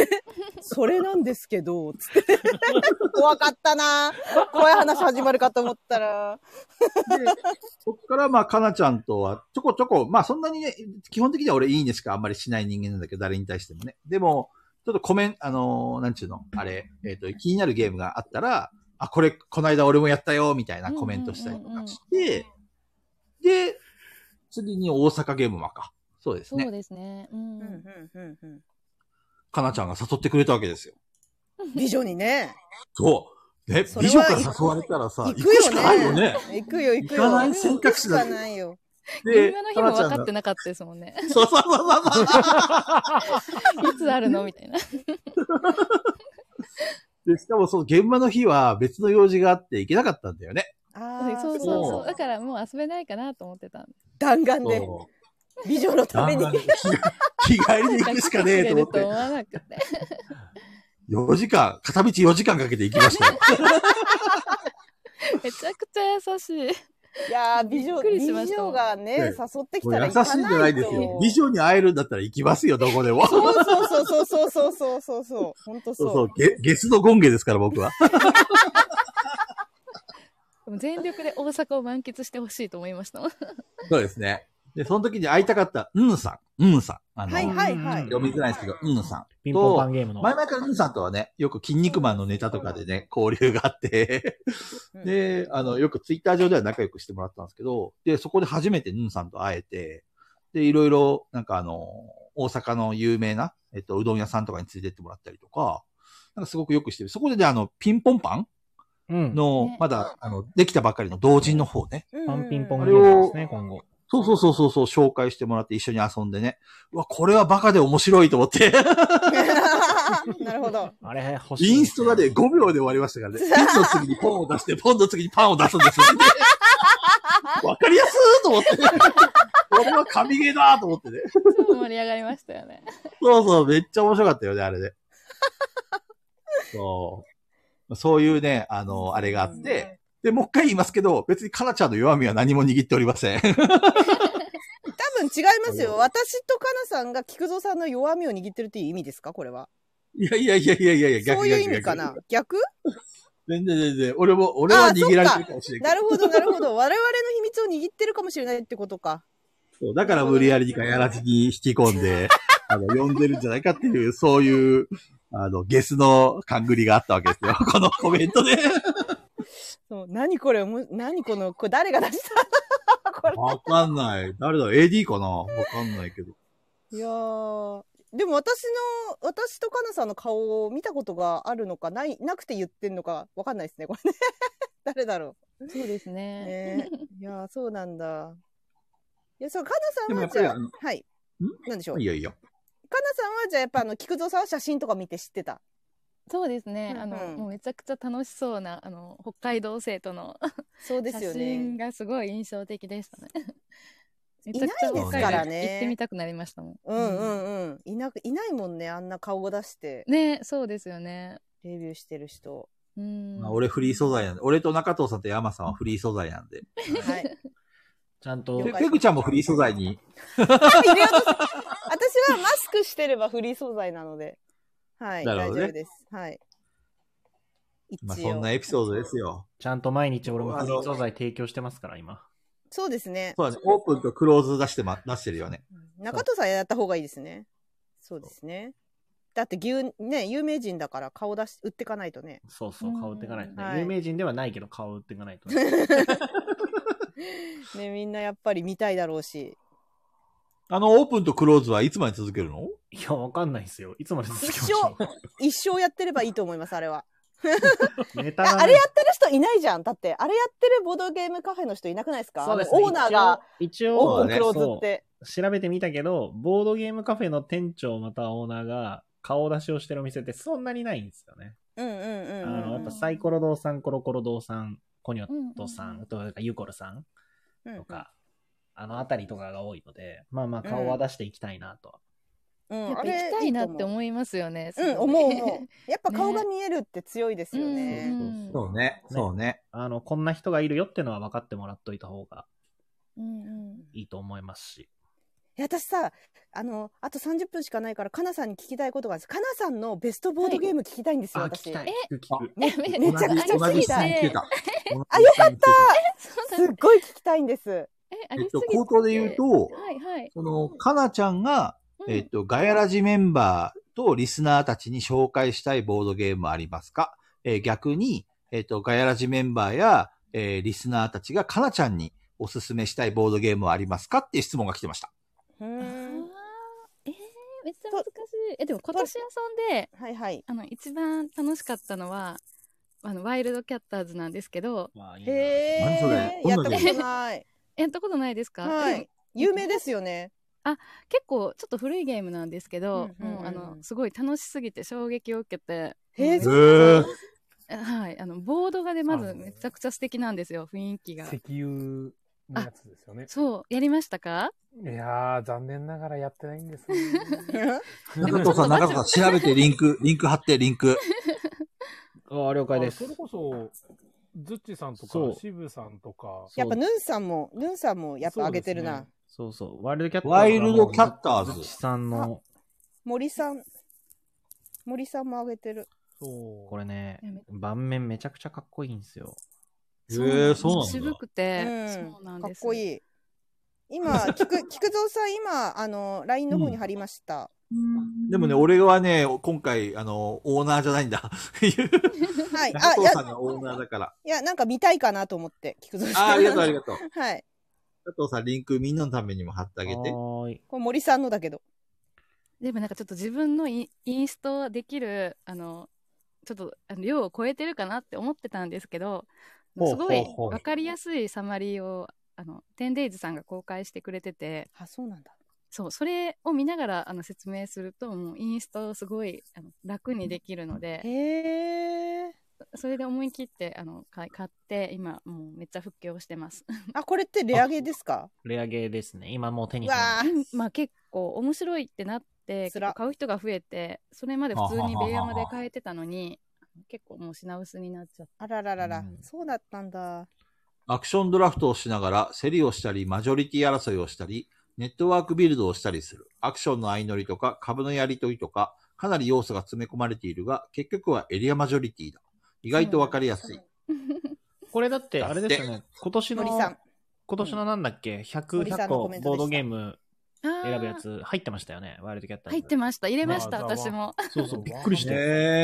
それなんですけど、つって。怖かったな怖い話始まるかと思ったら。 そっからまあ、かなちゃんとはちょこちょこ、まあそんなにね、基本的には俺いいねしかあんまりしない人間なんだけど、誰に対してもね。でも、ちょっとなんちゅうのあれ、気になるゲームがあったら、あ、この間俺もやったよ、みたいなコメントしたりとかして、で、次に大阪ゲームマか。そうですね。 そうですね。 かなちゃんが誘ってくれたわけですよ。 美女にね。 そう。ね、美女から誘われたらさ、行くしかないよね。 行くよ。 行かない選択肢だ。 行くしかないよ。 今の日も分かってなかったですもんね。 そう。 いつあるのみたいな。 で、しかもその現場の日は別の用事があって行けなかったんだよね。 そう。だからもう遊べないかなと思ってたんで。 弾丸で。美女のために。 日帰りで行くしかねえと思って。4時間、片道4時間かけて行きましたよ。 めちゃくちゃ優しい。 いやー、美女がね、誘ってきたら行かないと。 優しいんじゃないですよ。美女に会えるんだったら行きますよ、どこでも。 そう。本当そう。 ゲスのゴンゲですから、僕は。 全力で大阪を満喫してほしいと思いました。 そうですね。で、その時に会いたかった、さん。 はい。 読みづらいんですけど、さん。 ピンポンパンゲームの。 前々からさんとはね、よく筋肉マンのネタとかでね、交流があってで、よくツイッター上では仲良くしてもらったんですけど、で、そこで初めてさんと会えて、で、いろいろ、なんか大阪の有名な、うどん屋さんとかに連れてってもらったりとか、なんかすごくよくしてる。そこでね、ピンポンパンの、まだ、できたばっかりの同人の方ね。 パンピンポンゲームですね、今後。 そう、紹介してもらって一緒に遊んでね。うわ、これはバカで面白いと思って。 なるほど。 あれ、欲しい。 インストがね、5秒で終わりましたからね。ピンの次にポンを出して、ポンの次にパンを出すんですよね。わかりやすーと思って。これは神ゲーだーと思ってね。 超盛り上がりましたよね。 そう、めっちゃ面白かったよね、あれで。そういうね、あれがあって、で、もう一回言いますけど、別にかなちゃんの弱みは何も握っておりません。多分違いますよ。私とかなさんが菊蔵さんの弱みを握ってるっていう意味ですかこれは。 いや、 逆。そういう意味かな逆全然。俺は握られてるかもしれない。 なるほど。我々の秘密を握ってるかもしれないってことか。 そう、だから無理やりにかやらずに引き込んで、呼んでるんじゃないかっていう、そういう、ゲスの勘繰りがあったわけですよ。このコメントで。 そう、何これ、これ誰が出したこれ。 わかんない。誰だ ?AD かなわかんないけど。 いやー、でも私とかなさんの顔を見たことがあるのか、なくて言ってんのか、わかんないですね、これね。誰だろう。そうですね。 いやー、そうなんだ。いや、かなさんはじゃあ、はい。なんでしょう。 いや。 かなさんはじゃあやっぱ菊蔵さんは写真とか見て知ってた？ そうですね。もうめちゃくちゃ楽しそうな、北海道生徒のそうですよね。写真がすごい印象的でしたね。 いないですからね。 行ってみたくなりましたもん。いないもんね、あんな顔を出して。 ね、そうですよね。 レビューしてる人。 俺フリー素材なんで。俺と中藤さんと山さんはフリー素材なんで。 はい。 ちゃんと。 ペグちゃんもフリー素材に。 私はマスクしてればフリー素材なので。はい、大丈夫です。はい。 まあそんなエピソードですよ。 ちゃんと毎日俺もフリー素材提供してますから、今。 そうですね。 そうだね。オープンとクローズ出してるよね。 中藤さんやった方がいいですね。そうですね。だって有名人だから顔売ってかないとね。 そう、顔売ってかないとね。有名人ではないけど顔売ってかないとね。 ね、みんなやっぱり見たいだろうし。 オープンとクローズはいつまで続けるの？ いや、わかんないですよ。いつまで続けましょう。 一生やってればいいと思います、あれは。 ネタがね、 あれやってる人いないじゃん。だって、あれやってるボードゲームカフェの人いなくないですか？ そうですね。 オーナーが一応オープンクローズって。 調べてみたけど、ボードゲームカフェの店長またはオーナーが、 顔出しをしてるお店ってそんなにないんですよね。やっぱサイコロ堂さん、コロコロ堂さん、コニョットさん、とかユコロさんとか、あのあたりとかが多いので、まあまあ顔は出していきたいなと。 やっぱ行きたいなって思いますよね。 思う。やっぱ顔が見えるって強いですよね。 そうね。そうね。 こんな人がいるよってのは分かってもらっといた方がいいと思いますし。 私さ、あと30分しかないから、かなさんに聞きたいことがあるんです。かなさんのベストボードゲーム聞きたいんですよ、私。 聞きたい。 めちゃくちゃ聞きたい。 よかったすっごい聞きたいんです。 口頭で言うと、その、かなちゃんが、ガヤラジメンバーとリスナーたちに紹介したいボードゲームありますか？逆に、ガヤラジメンバーや、リスナーたちがかなちゃんにおすすめしたいボードゲームはありますかっていう質問が来てました。 めっちゃ難しい。でも今年遊んで、一番楽しかったのは、ワイルドキャッターズなんですけど。 何それ？ やったことない。 やったことないですか？ はい。有名ですよね。 結構ちょっと古いゲームなんですけど、もうすごい楽しすぎて衝撃を受けて。はい、ボードがね、まずめちゃくちゃ素敵なんですよ、雰囲気が。 石油のやつですよね。 そう、やりましたか？ いやー、残念ながらやってないんですね。 中藤さん、調べてリンク貼って、リンク。 了解です。 それこそ、ズッチさんとか、渋さんとか。 やっぱヌンさんもやっぱ上げてるな。 そうそう。ワイルドキャッターズ。 ワイルドキャッターズ。 ズッチさんの。 森さんも上げてる。 そう。これね、盤面めちゃくちゃかっこいいんですよ。 そうなんだ。 渋くて、そうなんです。 かっこいい。今、菊蔵さん、今、LINE の方に貼りました。 でもね、俺はね、今回、オーナーじゃないんだ。はい。中藤さんがオーナーだから。 いや、なんか見たいかなと思って、菊蔵さん。 ありがとう、ありがとう。 はい。 加藤さん、リンクみんなのためにも貼ってあげて。 これ森さんのだけど。 でもなんかちょっと自分のインストできる、ちょっと量を超えてるかなって思ってたんですけど、すごいわかりやすいサマリーを、10days さんが公開してくれてて。 そうなんだ。 そう、それを見ながら説明すると、もうインストすごい楽にできるので、それで思い切って買って、今もうめっちゃ復興してます。 これってレアゲーですか？ レアゲーですね。今もう手に入る。 まあ結構面白いってなって、買う人が増えて、それまで普通にベイヤマで買えてたのに、結構もう品薄になっちゃった。 あらららら、そうだったんだ。 アクションドラフトをしながら、競りをしたり、マジョリティ争いをしたり、ネットワークビルドをしたりする。アクションの相乗りとか、株のやり取りとか、かなり要素が詰め込まれているが、結局はエリアマジョリティだ。意外とわかりやすい。 これだって、あれですよね。今年のなんだっけ、100個ボードゲーム選ぶやつ入ってましたよね。ワイルドキャッターズ。 入ってました。入れました、私も。 そうそう、びっくりして。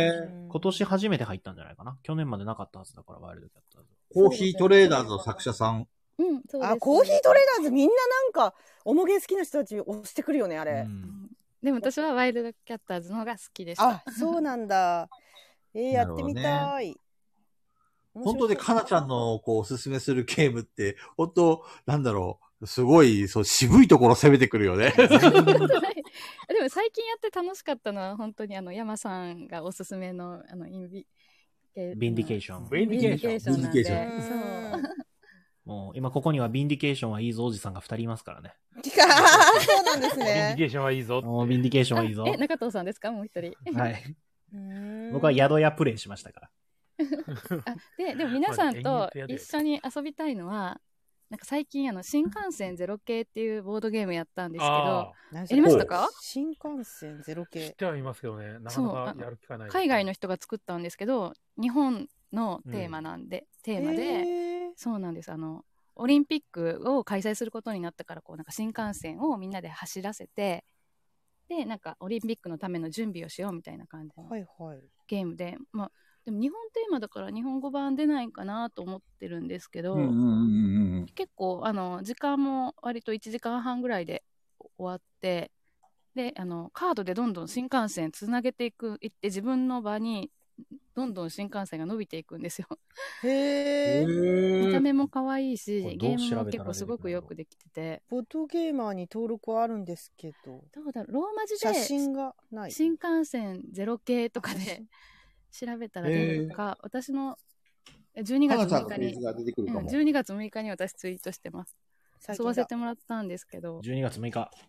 今年初めて入ったんじゃないかな。去年までなかったはずだから、ワイルドキャッターズ。 コーヒートレーダーズの作者さん。 そうです。コーヒートレーダーズみんななんか、オモゲー好きな人たち押してくるよね、あれ。 でも私はワイルドキャッターズの方が好きでした。 そうなんだ。やってみたい。 本当でかなちゃんのおすすめするゲームって、本当なんだろう、すごい、渋いところ攻めてくるよね。 でも最近やって楽しかったのは、本当に山さんがおすすめの、 ビンディケーション。 ビンディケーションなんで。 そう。 もう今ここにはビンディケーションはいいぞおじさんが2人いますからね。 そうなんですね。 ビンディケーションはいいぞ。 ビンディケーションはいいぞ。 中藤さんですか？もう一人。 はい。僕は宿屋プレイしましたから。 でも皆さんと一緒に遊びたいのは、なんか最近新幹線ゼロ系っていうボードゲームやったんですけど、やりましたか？ 新幹線ゼロ系。 知ってはいますけどね、なかなかやる機会ない。 海外の人が作ったんですけど、日本のテーマで、そうなんです。オリンピックを開催することになったから、なんか新幹線をみんなで走らせて、で、なんかオリンピックのための準備をしようみたいな感じのゲームで、でも日本テーマだから日本語版出ないかなと思ってるんですけど、結構時間も割と1時間半ぐらいで終わって、でカードでどんどん新幹線つなげていって自分の場にどんどん新幹線が伸びていくんですよ。 へー。見た目も可愛いし、ゲームも結構すごくよくできてて。 ボードゲーマーに登録はあるんですけど。 どうだろう、ローマ字で写真がない。 新幹線0系とかで調べたら出るか、私の12月6日に、12月6日に私ツイートしてます。遊ばせてもらったんですけど。 12月6日。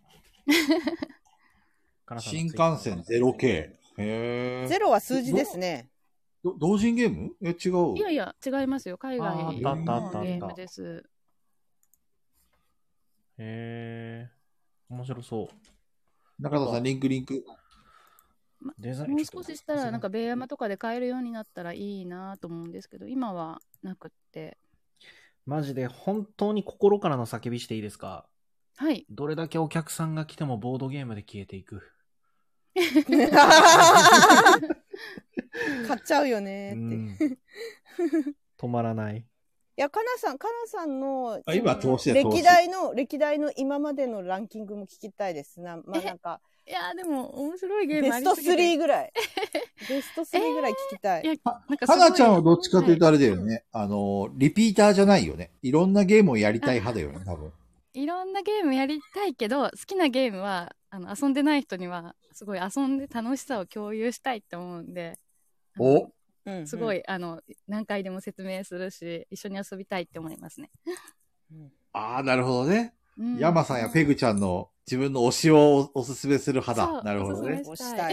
新幹線 0K。へー。 0は数字ですね。 同人ゲーム？違う。 いやいや、違いますよ。海外のゲームです。 へー。面白そう。 中田さん、リンク。 もう少ししたら、なんか、ベイヤマとかで買えるようになったらいいなと思うんですけど、今はなくって。 マジで、本当に心からの叫びしていいですか？ はい。 どれだけお客さんが来てもボードゲームで消えていく。 買っちゃうよねって。 止まらない。 いや、かなさんの今投資歴代の今までのランキングも聞きたいです。なんか。 いや、でも面白いゲームありすぎて。ベスト3ぐらい。ベスト3ぐらい聞きたい。 かなちゃんはどっちかというとあれだよね。リピーターじゃないよね。いろんなゲームをやりたい派だよね、多分。 いろんなゲームやりたいけど、好きなゲームは、遊んでない人には、すごい遊んで楽しさを共有したいって思うんで。すごい、何回でも説明するし、一緒に遊びたいって思いますね。 ああ、なるほどね。山さんやペグちゃんの自分の推しをおすすめする派だ。なるほどね。 推したい。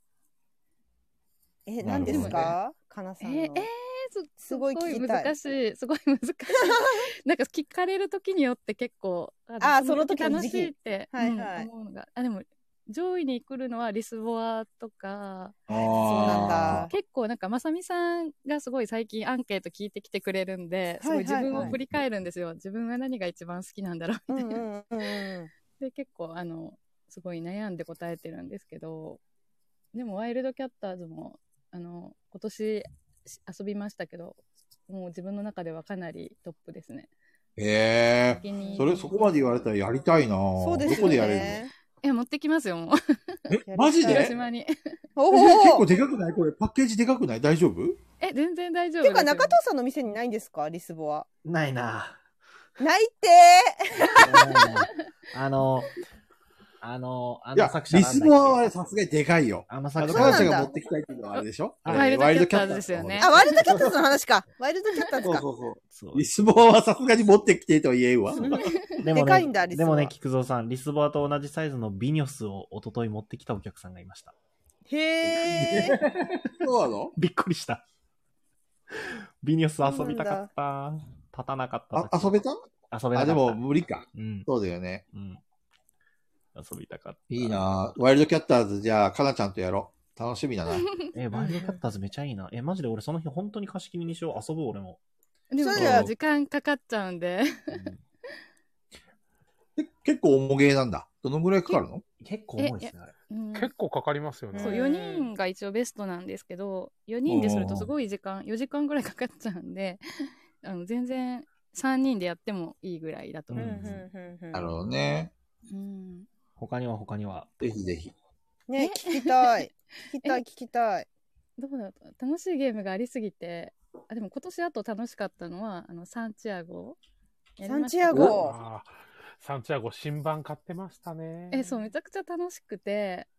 何ですか？かなさんの。すごい聞きたい。 難しい。すごい難しい。なんか聞かれる時によって結構、 その時楽しいって思うのが。でも、上位に来るのはリスボアとか、 そうなんだ。 結構なんかまさみさんがすごい最近アンケート聞いてきてくれるんで、すごい自分を振り返るんですよ。自分は何が一番好きなんだろうみたいな。で、結構すごい悩んで答えてるんですけど、でもワイルドキャッターズも今年遊びましたけど、もう自分の中ではかなりトップですね。 へえ。そこまで言われたらやりたいな。 そうですね。 どこでやれるの？ 持ってきますよ、もう。 マジで？ 広島に。 結構でかくない？これパッケージでかくない？大丈夫？ 全然大丈夫。 てか中藤さんの店にないんですか？リスボア。 ないな。 ないって作者リスボアはさすがにでかいよ。 作者が持ってきたいっていうのはあれでしょ？ ワイルドキャッターズですよね。 ワイルドキャッターズの話か。ワイルドキャッターズか。 そう。リスボアはさすがに持ってきてと言えんわ。 でかいんだ、リスボア。 でもね、菊蔵さん、リスボアと同じサイズのビニョスを一昨日持ってきたお客さんがいました。 へー。 そうなの？ びっくりした。ビニョス遊びたかった。立たなかった。 遊べた？ 遊べなかった。 でも無理か。そうだよね。遊びたかった。いいなぁ。ワイルドキャッターズ、じゃあ、かなちゃんとやろう。楽しみだな。 ワイルドキャッターズめちゃいいな。マジで俺その日本当に貸し切りにしよう。遊ぶ俺も。 でも時間かかっちゃうんで。 結構重ゲーなんだ。どのぐらいかかるの？ 結構重いですね、あれ。 結構かかりますよね。 そう、4人が一応ベストなんですけど、4人でするとすごい時間、4時間ぐらいかかっちゃうんで、全然3人でやってもいいぐらいだと思います。 なるほどね。 他には。 ぜひぜひ。 ね、聞きたい。聞きたい。 どうだった？楽しいゲームがありすぎて、でも今年あと楽しかったのは、サンチアゴ。 サンチアゴ。 サンチアゴ新版買ってましたね。 そう、めちゃくちゃ楽しくて、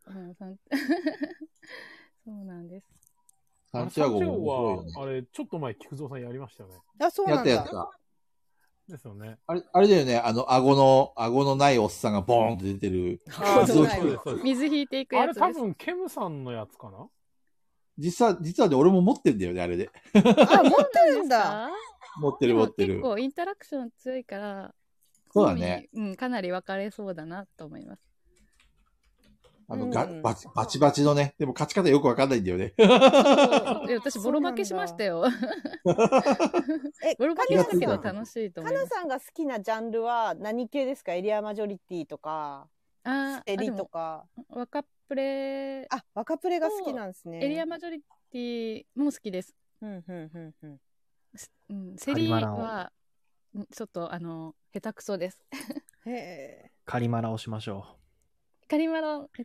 そうなんです。 サンチアゴは、あれ、ちょっと前、菊蔵さんやりましたよね。 そうなんだ。 やった。 ですよね。 あれだよね、顎のないおっさんがボーンって出てる。 水引いていくやつです。 あれ多分、ケムさんのやつかな？ 実はね、俺も持ってんだよね、あれで。 持ってるんだ。 持ってる。 結構インタラクション強いから、 そうだね。 かなり分かれそうだなと思います。 バチバチのね、でも勝ち方よくわかんないんだよね。 私、ボロ負けしましたよ。ボロ負けしたけど楽しいと思います。 かなさんが好きなジャンルは何系ですか？エリアマジョリティとか、ステリとか。 若プレ。 若プレが好きなんですね。 エリアマジョリティも好きです。セリは、ちょっと、下手くそです。 カリマラをしましょう。カリマラ、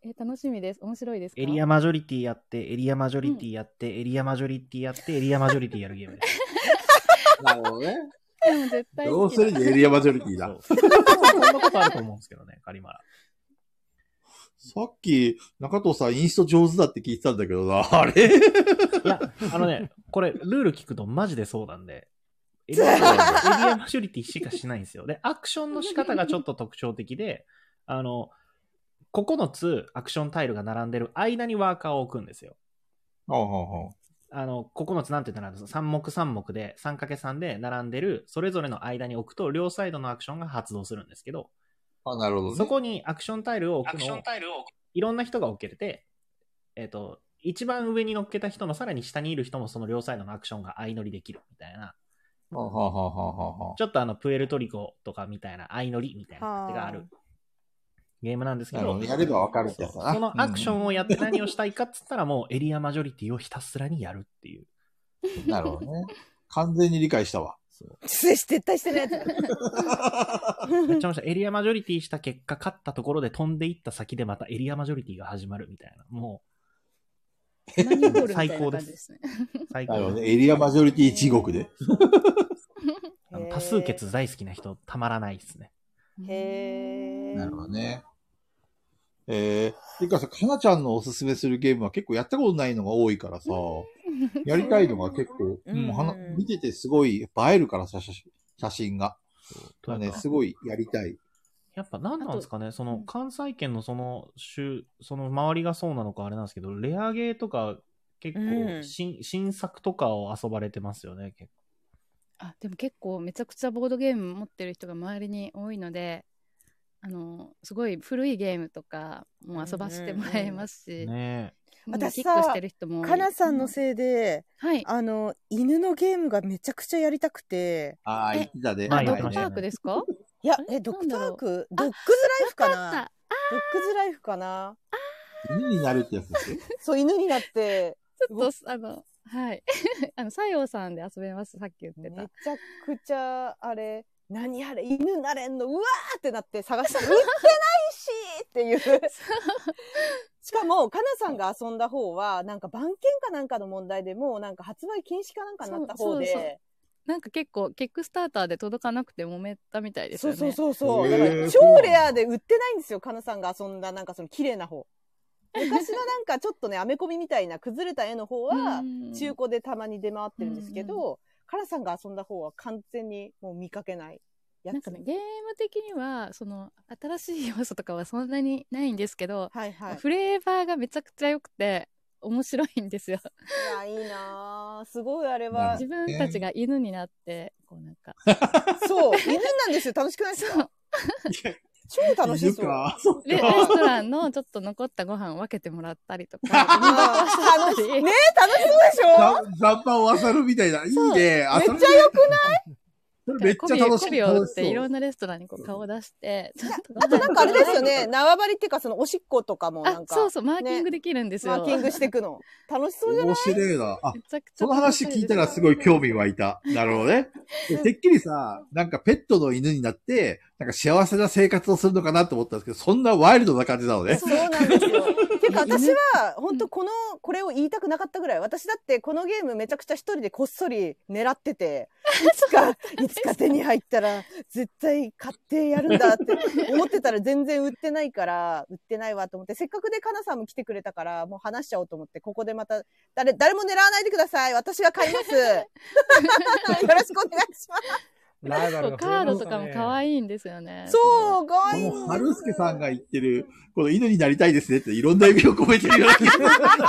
楽しみです。面白いですか？ エリアマジョリティやって、エリアマジョリティやって、エリアマジョリティやって、エリアマジョリティやるゲームです。 なるほどね。 でも絶対要するにエリアマジョリティだ。 そんなことあると思うんですけどね、カリマラ。 さっき、中藤さんインスト上手だって聞いてたんだけどな、あれいや、これ、ルール聞くとマジでそうなんで、エリアマジョリティしかしないんですよ。で、アクションの仕方がちょっと特徴的で、9つアクションタイルが並んでる間にワーカーを置くんですよ。9つなんて言ったら、3目3目で、3×3 で並んでる、それぞれの間に置くと、両サイドのアクションが発動するんですけど、 なるほどね。 そこにアクションタイルを置くのを、いろんな人が置けて、一番上に乗っけた人のさらに下にいる人もその両サイドのアクションが相乗りできるみたいな。ちょっとプエルトリコとかみたいな相乗りみたいな感じがあるゲームなんですけど、 やればわかるってやつだな。 そのアクションをやって何をしたいかっつったらもうエリアマジョリティをひたすらにやるっていう。 なるほどね。完全に理解したわ。 絶対してないやつ。 めっちゃ面白い。エリアマジョリティした結果、勝ったところで飛んでいった先でまたエリアマジョリティが始まるみたいな。もう、最高です。 最高です。エリアマジョリティ地獄で。 多数決大好きな人たまらないですね。 へー。 なるほどね。てかさ、かなちゃんのおすすめするゲームは結構やったことないのが多いからさ、やりたいのが結構、見ててすごい映えるからさ、写真が。ね、すごいやりたい。 やっぱ何なんですかね、その関西圏のその周りがそうなのかあれなんですけど、レアゲーとか結構新作とかを遊ばれてますよね、結構。 でも結構めちゃくちゃボードゲーム持ってる人が周りに多いので、すごい古いゲームとかも遊ばせてもらえますし、 私さ、かなさんのせいで、犬のゲームがめちゃくちゃやりたくて。 言ってたで。 ドッグパークですか？ いや、ドッグパーク？ドッグズライフかな？ドッグズライフかな？ 犬になるってやつですよ。 そう、犬になって。 ちょっと、はい。西洋さんで遊べます、さっき言ってた。 めちゃくちゃ、何あれ、犬なれんの、うわーってなって探したら、売ってないしっていう。しかも、かなさんが遊んだ方は、なんか番犬かなんかの問題でもうなんか発売禁止かなんかになった方で。そうなんか結構、キックスターターで届かなくて揉めたみたいですよね。 そう。だから超レアで売ってないんですよ、かなさんが遊んだなんかその綺麗な方。昔のなんかちょっとね、アメコミみたいな崩れた絵の方は、中古でたまに出回ってるんですけど、カラさんが遊んだ方は完全にもう見かけないやつ。 なんかね、ゲーム的には、新しい要素とかはそんなにないんですけど、フレーバーがめちゃくちゃ良くて、面白いんですよ。 いや、いいなぁ。すごいあれは。 自分たちが犬になって、こうなんか。 そう、犬なんですよ。楽しくないですか？超楽しそう。 レストランのちょっと残ったご飯を分けてもらったりとか。 楽しそうでしょ？ 残飯を漁るみたいな。いいね。 めっちゃ良くない？ めっちゃ楽しい。 コビを売っていろんなレストランにこう顔を出して。 あとなんかあれですよね。縄張りっていうかそのおしっことかもなんか。 そう、マーキングできるんですよ。 マーキングしていくの。楽しそうじゃない？ 面白いな。その話聞いたらすごい興味湧いた。なるほどね。てっきりさ、なんかペットの犬になって、なんか幸せな生活をするのかなと思ったんですけど、そんなワイルドな感じなのね。 そうなんですよ。ていうか私は、本当これを言いたくなかったぐらい、私だってこのゲームめちゃくちゃ一人でこっそり狙ってて、いつか手に入ったら絶対買ってやるんだって思ってたら全然売ってないから、売ってないわと思って、せっかくでかなさんも来てくれたから、もう話しちゃおうと思って、ここでまた、誰も狙わないでください。私が買います。よろしくお願いします。 カードとかも可愛いんですよね。 そう、可愛い。 春助さんが言ってる、この犬になりたいですねっていろんな意味を込めてるような気がする。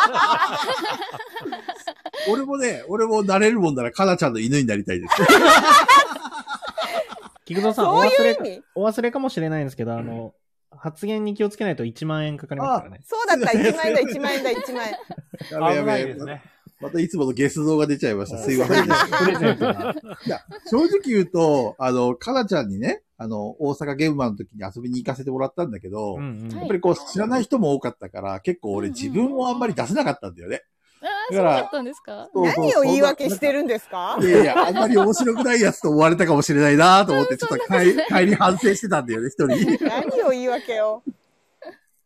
俺もなれるもんならかなちゃんの犬になりたいです。 菊蔵さん、お忘れかもしれないんですけど、発言に気をつけないと1万円かかりますからね。 そうだった、1万円だ、1万円だ、1万円。 やべえですね。またいつものゲス像が出ちゃいました。すいません。プレゼントが。いや、正直言うと、かなちゃんにね、大阪ゲームマンの時に遊びに行かせてもらったんだけど、やっぱりこう知らない人も多かったから、結構俺自分をあんまり出せなかったんだよね。 だから、そうだったんですか？ 何を言い訳してるんですか？ いやいや、あんまり面白くないやつと思われたかもしれないなと思って、ちょっと帰り反省してたんだよね、一人。 何を言い訳を。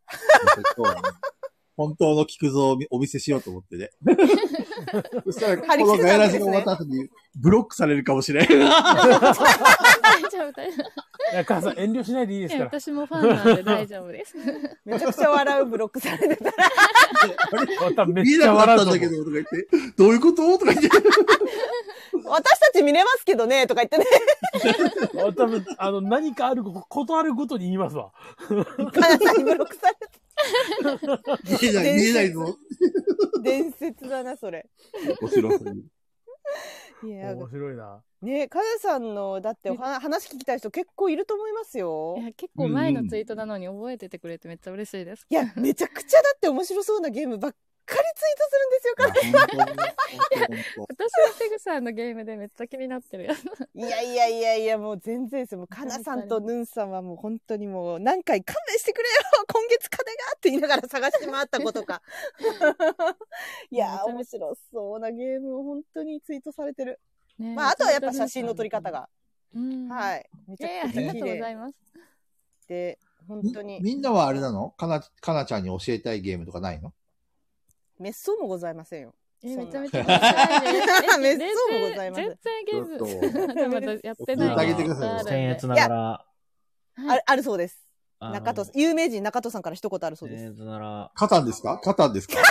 本当の菊蔵をお見せしようと思ってね。そしたら、このガヤラジが終わった後に、ブロックされるかもしれん。 大丈夫、大丈夫。 いや、母さん遠慮しないでいいですから。 私もファンなんで大丈夫です。 めちゃくちゃ笑うブロックされてたら。めっちゃ笑ったんだけど、とか言って、どういうこととか言って。 私たち見れますけどね、とか言ってね。 多分、何かあることあるごとに言いますわ。 かなさんにブロックされて。 見えないぞ。 伝説だな、それ。 面白い。 いや、面白いな。 ね、かなさんの、だって話聞きたい人結構いると思いますよ。 いや、結構前のツイートなのに覚えててくれてめっちゃ嬉しいです。 いや、めちゃくちゃだって面白そうなゲームばっかりツイートするんですよ、かなさん。 私はペグさんのゲームでめっちゃ気になってるやつ。 いや、もう全然ですよ。もうかなさんとヌンさんはもう本当にもう何回勘弁してくれよ今月金がって言いながら探して回ったことか。いや、面白そうなゲームを本当にツイートされてる。ね、まあ、あとはやっぱ写真の撮り方が。はい。めちゃくちゃ綺麗。 ありがとうございます。 で、本当に。 みんなはあれなの？かなちゃんに教えたいゲームとかないの？ 滅相もございませんよ。 めちゃめちゃ面白いね。 滅相もございません。 全然ゲーム。まだやってない。 あげてください。 僭越ながら。 あるそうです。有名人中戸さんから一言あるそうです。 カタンですか？カタンですか？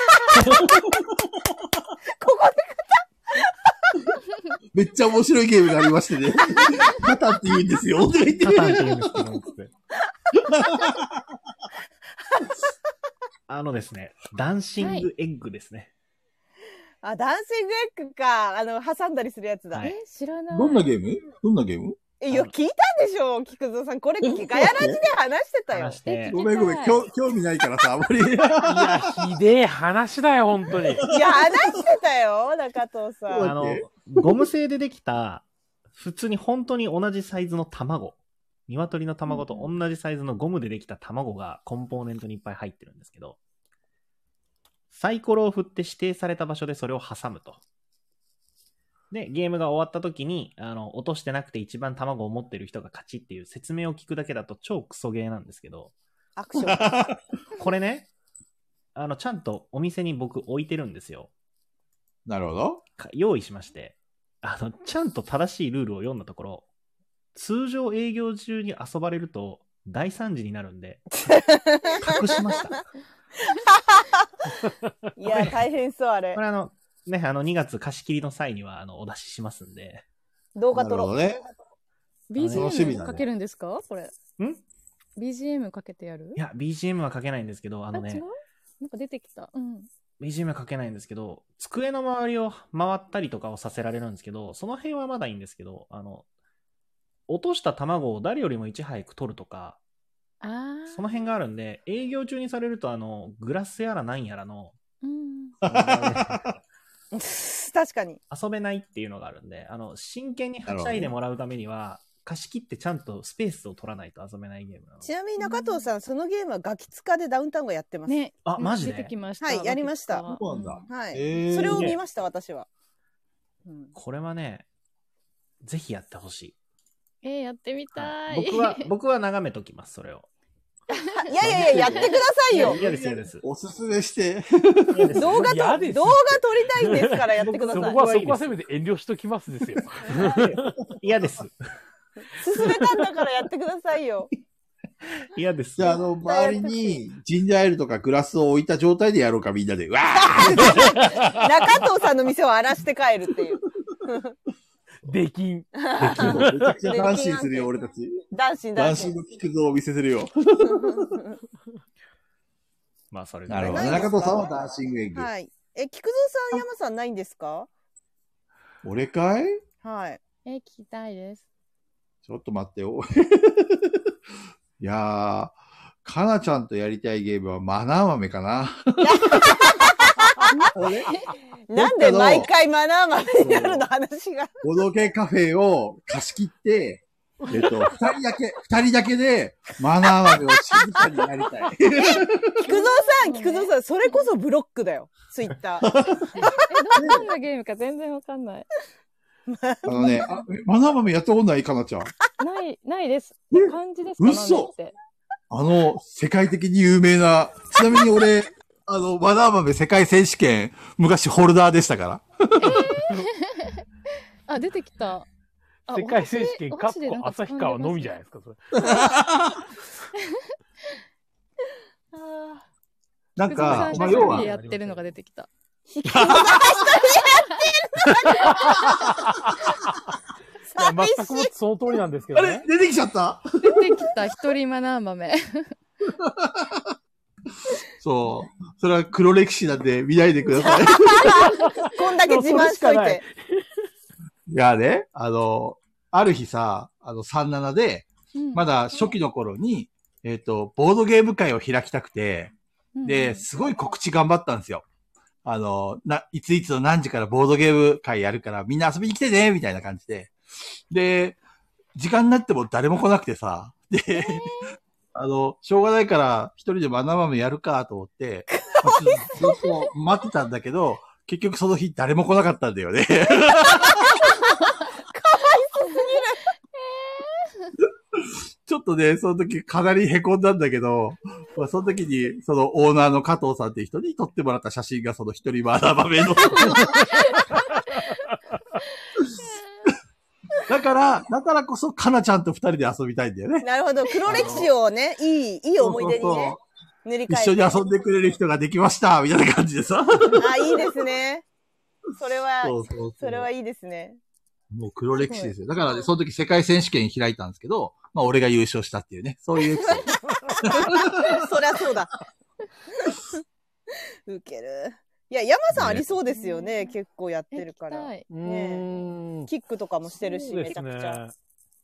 ここでめっちゃ面白いゲームがありましてね。カタンって言うんですよ。 カタンって言うんですけど。ですね、ダンシングエッグですね。 ダンシングエッグか。挟んだりするやつだ。 知らない。 どんなゲーム？ いや、聞いたんでしょ菊蔵さん。これ、ガヤラジで話してたよ。 ごめん。興味ないからさ、あんまり。いや、ひでえ話だよ、本当に。 いや、話してたよ、中藤さん。 ゴム製でできた、普通に本当に同じサイズの卵。鶏の卵と同じサイズのゴムでできた卵がコンポーネントにいっぱい入ってるんですけど、サイコロを振って指定された場所でそれを挟むと。で、ゲームが終わった時に、落としてなくて一番卵を持ってる人が勝ちっていう説明を聞くだけだと超クソゲーなんですけど。 アクション。 これね、ちゃんとお店に僕置いてるんですよ。 なるほど。 用意しまして、ちゃんと正しいルールを読んだところ、通常営業中に遊ばれると大惨事になるんで、隠しました。 いや、大変そう、あれ。 これね、2月貸し切りの際には、お出ししますんで。 動画撮ろう。 ね。 BGM かけるんですかこれ。BGM かけてやる？ いや、BGM はかけないんですけど、 なんか出てきた。 BGM はかけないんですけど、机の周りを回ったりとかをさせられるんですけど、その辺はまだいいんですけど、落とした卵を誰よりもいち早く取るとか、その辺があるんで、営業中にされると、グラスやらなんやらの、 確かに。 遊べないっていうのがあるんで、真剣にはしゃいでもらうためには、貸し切ってちゃんとスペースを取らないと遊べないゲームなの。 ちなみに中藤さん、そのゲームはガキ使でダウンタウンがやってます。 ね。 マジで？ 出てきました。 はい、やりました。 そうなんだ。 はい。それを見ました、私は。 これはね、ぜひやってほしい。 やってみたい。 僕は眺めときます、それを。 いや、やってくださいよ。 嫌です。 おすすめして。 動画撮りたいんですからやってください。 そこはせめて遠慮しときますですよ。 嫌です。 進めたんだからやってくださいよ。 嫌です。 じゃあ、周りにジンジャーエールとかグラスを置いた状態でやろうか、みんなで。わー中藤さんの店を荒らして帰るっていう。 できん。 めちゃくちゃダンシンするよ、俺たち。 ダンシンの菊蔵をお見せするよ。 まあ、それなるほど。中藤さんはダンシングエッグ。 はい。菊蔵さん、山さんないんですか？ 俺かい？ はい。 聞きたいです。 ちょっと待ってよ。いやー、かなちゃんとやりたいゲームはマナー豆かな。 なんで毎回マナー豆になるの話が。 ボドゲカフェを貸し切って、二人だけでマナー豆を静かにやりたい。 菊蔵さん、それこそブロックだよ。ツイッター。 どんなゲームか全然わかんない。 マナー豆やったことないかなちゃん。 ないです。漢字ですか？ 嘘。 世界的に有名な、ちなみに俺、バナナ豆世界選手権、昔ホルダーでしたから。 あ、出てきた。 世界選手権、かっこ旭川のみじゃないですか、それ。 なんか、 要は。やってるのが出てきた。 全くもその通りなんですけどね。 あれ出てきちゃった？ 出てきた、一人マナー豆。 そう。それは黒歴史なんで見ないでください。 こんだけ自慢しといて。 いやね、ある日さ、37で、まだ初期の頃に、ボードゲーム会を開きたくて、で、すごい告知頑張ったんですよ。いついつの何時からボードゲーム会やるからみんな遊びに来てねみたいな感じで。で、時間になっても誰も来なくてさ。で、しょうがないから一人でバナナ豆やるかと思って、ずっと待ってたんだけど、結局その日誰も来なかったんだよね。かわいそうすぎる。 ちょっとね、その時かなり凹んだんだけど、まあ、その時に、そのオーナーの加藤さんっていう人に撮ってもらった写真がその一人バナナ豆の。だからこそ、かなちゃんと二人で遊びたいんだよね。 なるほど。黒歴史をね、いい思い出にね、塗り替えて。 一緒に遊んでくれる人ができました、みたいな感じでさ。 あ、いいですね。それはいいですね。 もう黒歴史ですよ。だからね、その時世界選手権開いたんですけど、まあ俺が優勝したっていうね、そういうエピソード。そりゃそうだ。ウケる。いや、山さんありそうですよね。結構やってるから。ね、キックとかもしてるし、めちゃくちゃ。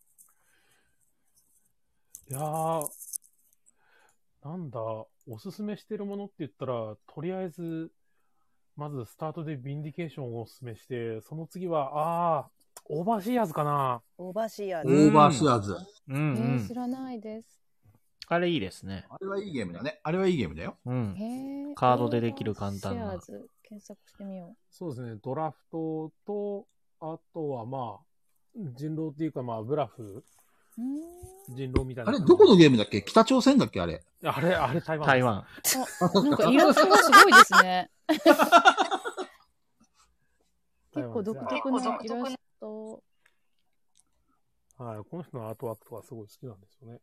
いやー、なんだ、おすすめしてるものって言ったら、とりあえず、まずスタートでビンディケーションをおすすめして、その次は、オーバーシーアーズかな。 オーバーシーアーズ。 オーバーシーアーズ。 知らないです。 あれいいですね。 あれはいいゲームだね。あれはいいゲームだよ。 カードでできる簡単な。 オーバーシーアーズ検索してみよう。 そうですね。ドラフトと、あとは人狼っていうかブラフ。人狼みたいな。 あれ、どこのゲームだっけ？北朝鮮だっけあれ。 あれ、台湾。 台湾。 なんかイラストがすごいですね。結構独特なイラスト。 はい、この人のアートワークとかすごい好きなんですよね。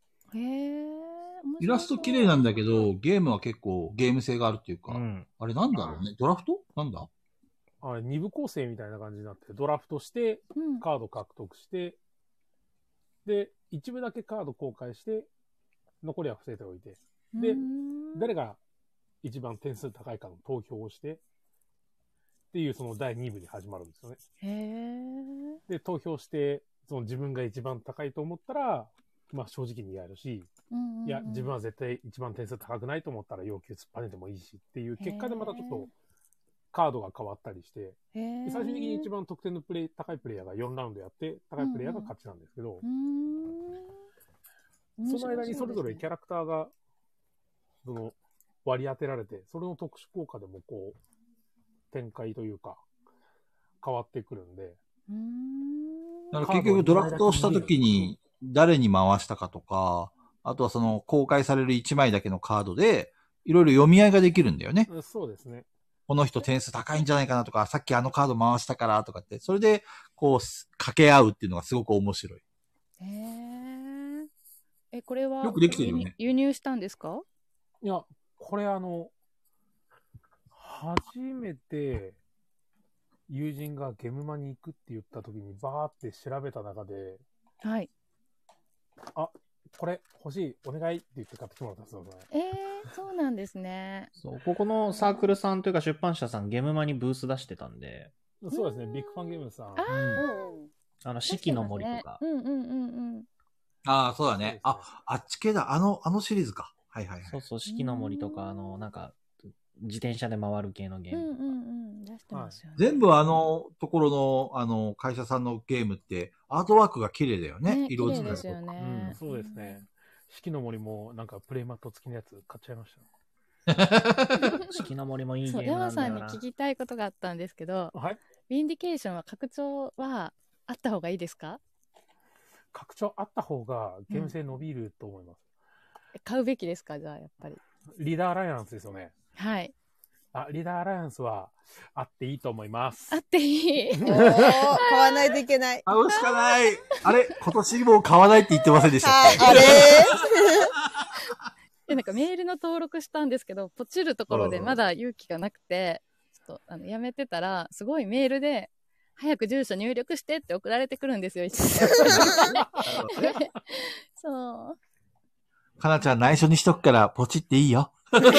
イラスト綺麗なんだけど、ゲームは結構ゲーム性があるっていうか、あれなんだろうね。ドラフトなんだ？ あれ、2部構成みたいな感じになって、ドラフトして、カード獲得して、で、一部だけカード公開して、残りは伏せておいて、で、誰が一番点数高いかの投票をして、っていうその第2部に始まるんですよね。で、投票して、その自分が一番高いと思ったら、正直にやるし、いや、自分は絶対一番点数高くないと思ったら要求突っぱねてもいいしっていう結果でまたちょっとカードが変わったりして、最終的に一番得点の高いプレイヤーが4ラウンドやって、高いプレイヤーが勝ちなんですけど、その間にそれぞれキャラクターが、割り当てられて、それの特殊効果でも展開というか、変わってくるんで。 だから結局ドラフトをしたときに誰に回したかとか、あとはその公開される1枚だけのカードで、いろいろ読み合いができるんだよね。 そうですね。 この人点数高いんじゃないかなとか、さっきあのカード回したからとかって、それで掛け合うっていうのがすごく面白い。 これはよくできてるよね。 輸入したんですか？ いや、これ初めて友人がゲムマに行くって言った時にバーって調べた中で、 はい。 これ欲しい、お願いって言って買ってきてもらったんですよね。 そうなんですね。 そう、ここのサークルさんというか出版社さん、ゲムマにブース出してたんで。 そうですね、ビッグファンゲームさん。 四季の森とか。 ああ、そうだね。あっち系だ。あのシリーズか。はいはいはい。 そうそう、四季の森とか、なんか、自転車で回る系のゲームとか。 出してますよね。 全部ところの、会社さんのゲームって、アートワークが綺麗だよね。色使いですよね。 そうですね。四季の森もなんかプレイマット付きのやつ買っちゃいました。 四季の森もいいゲームなんだよな。 山さんに聞きたいことがあったんですけど、 はい。 ビンディケーションは拡張はあった方がいいですか？ 拡張あった方がゲーム性伸びると思います。 買うべきですか、じゃあ、やっぱり。 リーダーアライアンスですよね。 はい。 リーダーアライアンスは、あっていいと思います。 あっていい。 買わないといけない。 買うしかない。あれ今年も買わないって言ってませんでしたっけ？ あれなんかメールの登録したんですけど、ポチるところでまだ勇気がなくて、ちょっとやめてたら、すごいメールで、早く住所入力してって送られてくるんですよ、そう。 かなちゃん内緒にしとくからポチっていいよ。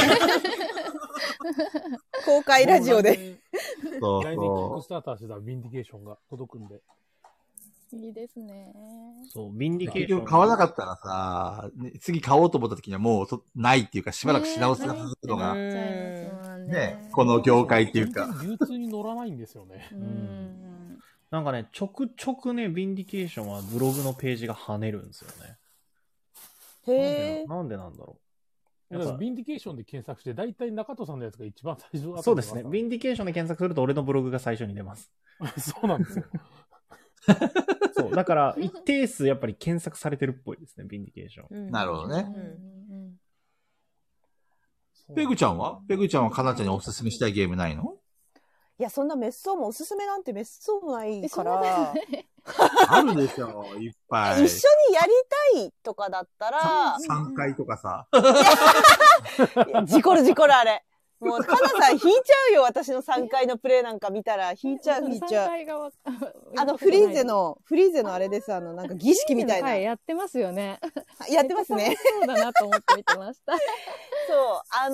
公開ラジオで。 来年キックスターターしてたヴィンディケーションが届くんで。 いいですね。 そう、ヴィンディケーション。 結局買わなかったらさ、次買おうと思った時にはもうないっていうか、しばらく品薄が続くのが、ね、この業界っていうか。 流通に乗らないんですよね。 なんかね、ちょくちょくね、ヴィンディケーションはブログのページが跳ねるんですよね。 へー。 なんでなんだろう。 ヴィンディケーションで検索して、だいたい中戸さんのやつが一番最初だった。 そうですね。ヴィンディケーションで検索すると俺のブログが最初に出ます。 そうなんですよ。 そう。だから、一定数やっぱり検索されてるっぽいですね、ヴィンディケーション。 なるほどね。ペグちゃんはかなちゃんにおすすめしたいゲームないの？ いや、そんな滅相もおすすめなんて滅相もないから。 あるでしょ、いっぱい。 一緒にやりたいとかだったら。 3回とかさ。 事故るあれ。もう、かなさん引いちゃうよ、私の3回のプレイなんか見たら。引いちゃう。フリーゼのあれです、なんか儀式みたいな。 やってますよね。 やってますね。 そうだなと思って見てました。 そう、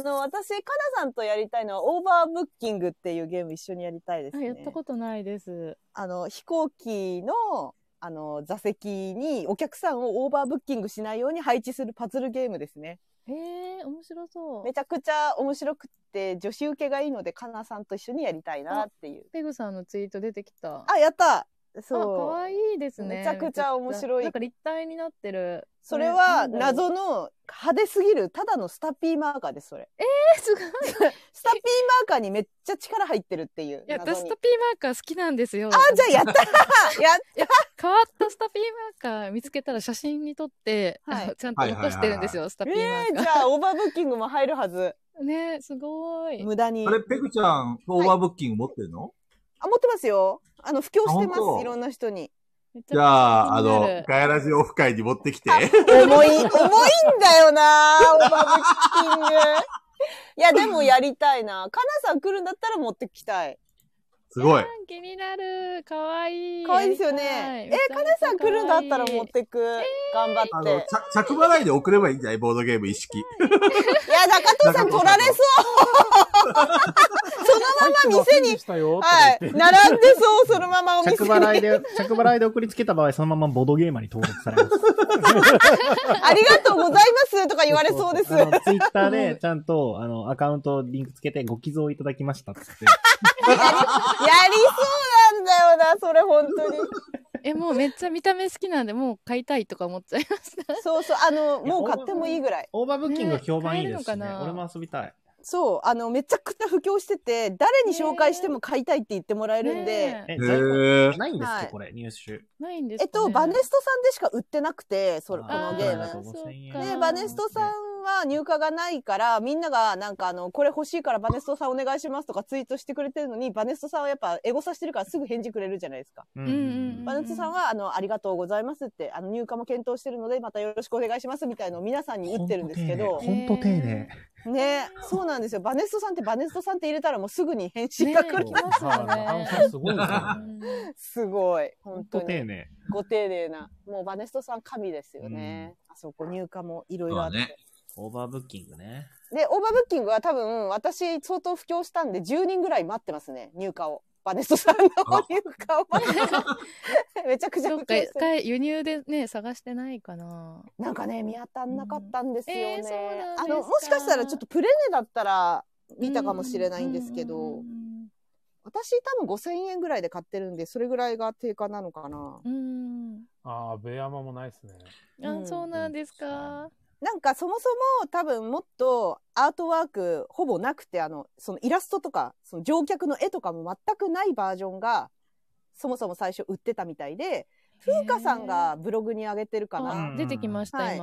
私、かなさんとやりたいのは、オーバーブッキングっていうゲーム一緒にやりたいですね。 やったことないです。 飛行機の、座席にお客さんをオーバーブッキングしないように配置するパズルゲームですね。 面白そう。 めちゃくちゃ面白くって女子受けがいいのでかなさんと一緒にやりたいなっていう。 ペグさんのツイート出てきた。 やった。そう。 かわいいですね。 めちゃくちゃ面白い。 なんか立体になってる。 それは謎の派手すぎるただのスタピーマーカーです、それ。 すごい。 スタピーマーカーにめっちゃ力入ってるっていう。 いや、私スタピーマーカー好きなんですよ。 じゃあやった変わったスタピーマーカー見つけたら写真に撮って、ちゃんと残してるんですよ、スタピーマーカー。 じゃあオーバーブッキングも入るはず。 ね、すごい。 無駄に。 あれ、ペグちゃん、オーバーブッキング持ってるの？ 持ってますよ。布教してます、いろんな人に。 じゃあ、ガヤラジオフ会に持ってきて。 重いんだよなオーバーブッキング。いや、でもやりたいな。かなさん来るんだったら持ってきたい。 すごい。 気になる。かわいい。 かわいいですよね。かなさん来るんだったら持ってく。頑張って。 着払いで送ればいいんじゃない？ボードゲーム一式。いや、 中藤さん取られそう。そのまま店に、並んでそう、そのままお店に。 着払いで送りつけた場合、そのままボードゲーマーに登録されます。 ありがとうございますとか言われそうです。 ツイッターでちゃんと、アカウントリンクつけてご寄贈いただきましたって。 やりそうなんだよな、それ本当に。 もうめっちゃ見た目好きなんで、もう買いたいとか思っちゃいました。 そうそう、もう買ってもいいぐらい。 オーバーブッキング評判いいですしね。俺も遊びたい。 そう、めちゃくちゃ布教してて、誰に紹介しても買いたいって言ってもらえるんで。 ないんですかこれ、入手。 ないんですかバネストさんでしか売ってなくて、このゲーム。で、バネストさんは入荷がないから、みんながなんかこれ欲しいからバネストさんお願いしますとかツイートしてくれてるのに、バネストさんはやっぱエゴサしてるからすぐ返事くれるじゃないですか。バネストさんはありがとうございますって、入荷も検討してるので、またよろしくお願いしますみたいのを皆さんに言ってるんですけど。 ほんと丁寧。 ね、そうなんですよ。バネストさんって入れたらもうすぐに返信が来るんですよね。すごい。本当に。ご丁寧な。もうバネストさん神ですよね。あそこ入荷もいろいろあって。 オーバーブッキングね。 で、オーバーブッキングは多分私相当布教したんで10人ぐらい待ってますね。入荷を。バネストさんの入荷を待ってます。めちゃくちゃ布教してる。 輸入でね、探してないかな。 なんかね、見当たんなかったんですよね。もしかしたらちょっとプレネだったら見たかもしれないんですけど、私多分5000円ぐらいで買ってるんで、それぐらいが定価なのかな。 ベヤマもないですね。 そうなんですか。 なんかそもそも多分もっとアートワークほぼなくて、そのイラストとか、その乗客の絵とかも全くないバージョンが、そもそも最初売ってたみたいで、風花さんがブログに上げてるかな。 出てきました、今。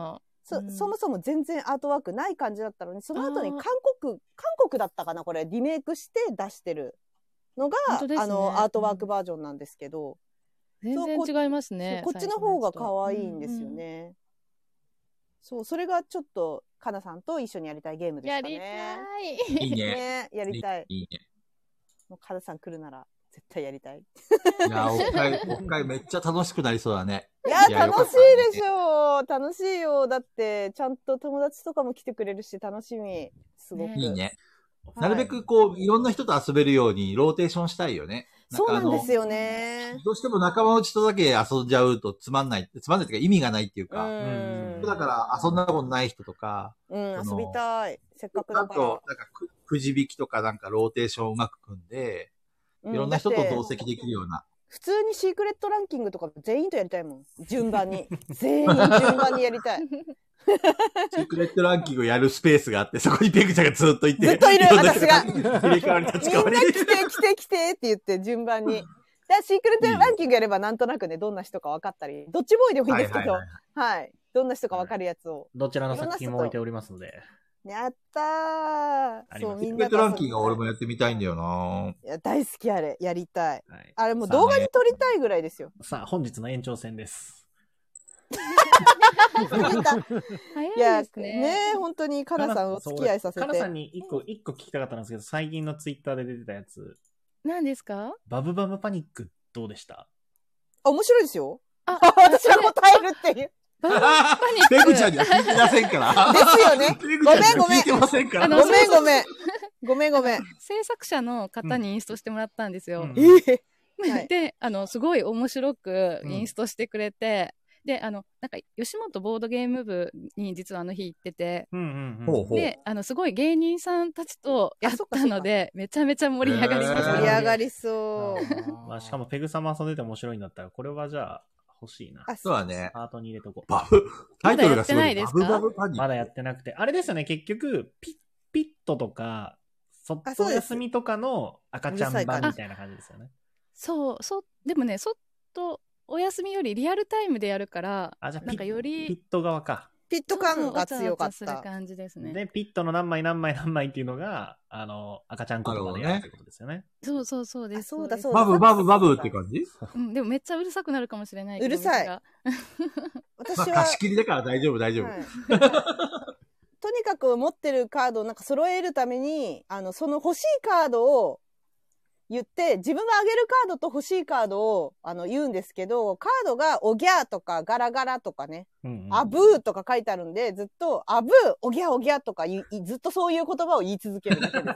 そもそも全然アートワークない感じだったのに、その後に韓国だったかな、これリメイクして出してるのが、アートワークバージョンなんですけど、 全然違いますね。 こっちの方が可愛いんですよね。そう、それがちょっとかなさんと一緒にやりたいゲームでしたね。 やりたい。 いいね。 やりたい。 いいね。 もうかなさん来るなら絶対やりたい。 いや、オフ会めっちゃ楽しくなりそうだね。 いや、楽しいでしょう。楽しいよ。だって、ちゃんと友達とかも来てくれるし、楽しみ。すごく。 いいね。なるべくこう、いろんな人と遊べるようにローテーションしたいよね。 そうなんですよね。 どうしても仲間内とだけ遊んじゃうとつまんないっていうか意味がないっていうか。だから遊んだことない人とか。 遊びたい。せっかくだから。 なんかくじ引きとかなんかローテーションをうまく組んで、いろんな人と同席できるような。 普通にシークレットランキングとか全員とやりたいもん。順番に。全員順番にやりたい。 シークレットランキングをやるスペースがあって、そこにペグちゃんがずっといて。 ずっといる、私が。 入れ替わり立ち替わり。 みんな来てって言って順番に。シークレットランキングやればなんとなくね、どんな人か分かったり、どっちボーイでもいいんですけど、はい。どんな人か分かるやつを。 どちらの作品も置いておりますので。 やったー。 そう、シークレットランキングは俺もやってみたいんだよないや、大好きあれ。やりたい。あれもう動画に撮りたいぐらいですよ。 さあ、本日の延長戦です。 いや、ね本当にかなさんお付き合いさせて。 かなさんに一個聞きたかったんですけど、最近のツイッターで出てたやつ。 何ですか？ バブバブパニックどうでした？ 面白いですよ。私が答えるっていう。 ペグちゃんには聞いてませんから。 ですよね。ごめん。 聞いてませんから。 ごめん。 制作者の方にインストしてもらったんですよ。で、すごい面白くインストしてくれて、で、なんか、吉本ボードゲーム部に実はあの日行ってて、で、すごい芸人さんたちとやったので、めちゃめちゃ盛り上がりました。 盛り上がりそう。 まあ、しかもペグ様遊んでて面白いんだったら、これはじゃあ、欲しいな。 そうだね。 ハートに入れとこう。 タイトルがすごい。 バブバブパニック。まだやってなくて。あれですよね、結局、ピットとか、そっと休みとかの赤ちゃん版みたいな感じですよね。 でもね、そっとお休みよりリアルタイムでやるから、 じゃあなんかより。 ピット側か。 ピット感が強かった。 する感じですね。 で、ピットの何枚っていうのが、赤ちゃん言葉でやるってことですよね。 そうです。 そうだ。 バブって感じ？ でもめっちゃうるさくなるかもしれない。 うるさい。 私は。貸し切りだから大丈夫。とにかく持ってるカードをなんか揃えるために、その欲しいカードを言って、自分があげるカードと欲しいカードを言うんですけど、カードがおぎゃーとかガラガラとかね、あぶーとか書いてあるんで、ずっとあぶー、おぎゃおぎゃとかずっとそういう言葉を言い続けるだけです。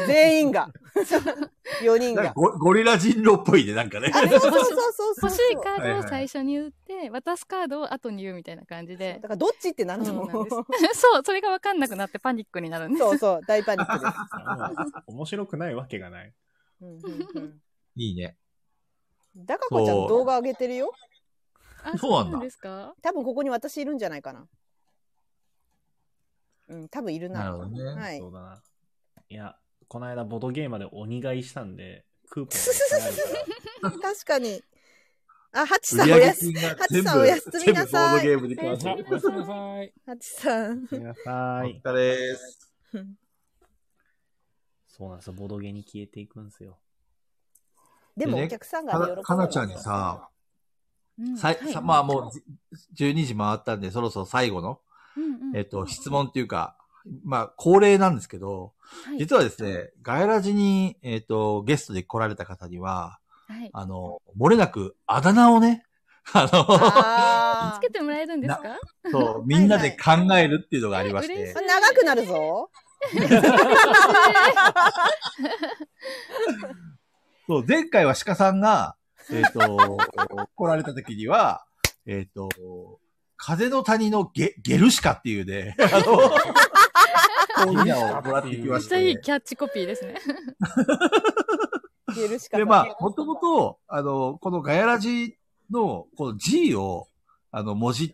全員が。4人が。 ゴリラ人狼っぽいね、なんかね。 そう。 欲しいカードを最初に言って、渡すカードを後に言うみたいな感じで。 だからどっちってなるの？ そう、それが分かんなくなってパニックになるんです。 そう、大パニックです。 面白くないわけがない。 いいね。 だかこちゃん動画上げてるよ。 そうなんですか？ 多分ここに私いるんじゃないかな。多分いるな。 なるほどね。 はい。 そうだな。いや、この間ボドゲーマで鬼買いしたんで、クーポンが確かに。ハチさんおやすみなさい。 全部ボードゲームできます。 おやすみなさい。 ハチさん。 おやすみなさい。 お疲れです。 そうなんですよ。ボドゲに消えていくんですよ。 でもお客さんが喜ぶ。 かなちゃんにさ、まあもう12時回ったんで、そろそろ最後の、質問っていうか、まあ恒例なんですけど、実はですね、ガヤラジに、ゲストで来られた方には、漏れなくあだ名をね、 つけてもらえるんですか？ そう、みんなで考えるっていうのがありまして。 長くなるぞ。 そう、前回は鹿さんが、来られた時には、風の谷のゲルシカっていうね、コーナーをもらってきました、ね。 めっちゃいいキャッチコピーですね。 ゲルシカ。 で、まあ、もともと、このガヤラジの、この G を、もじって、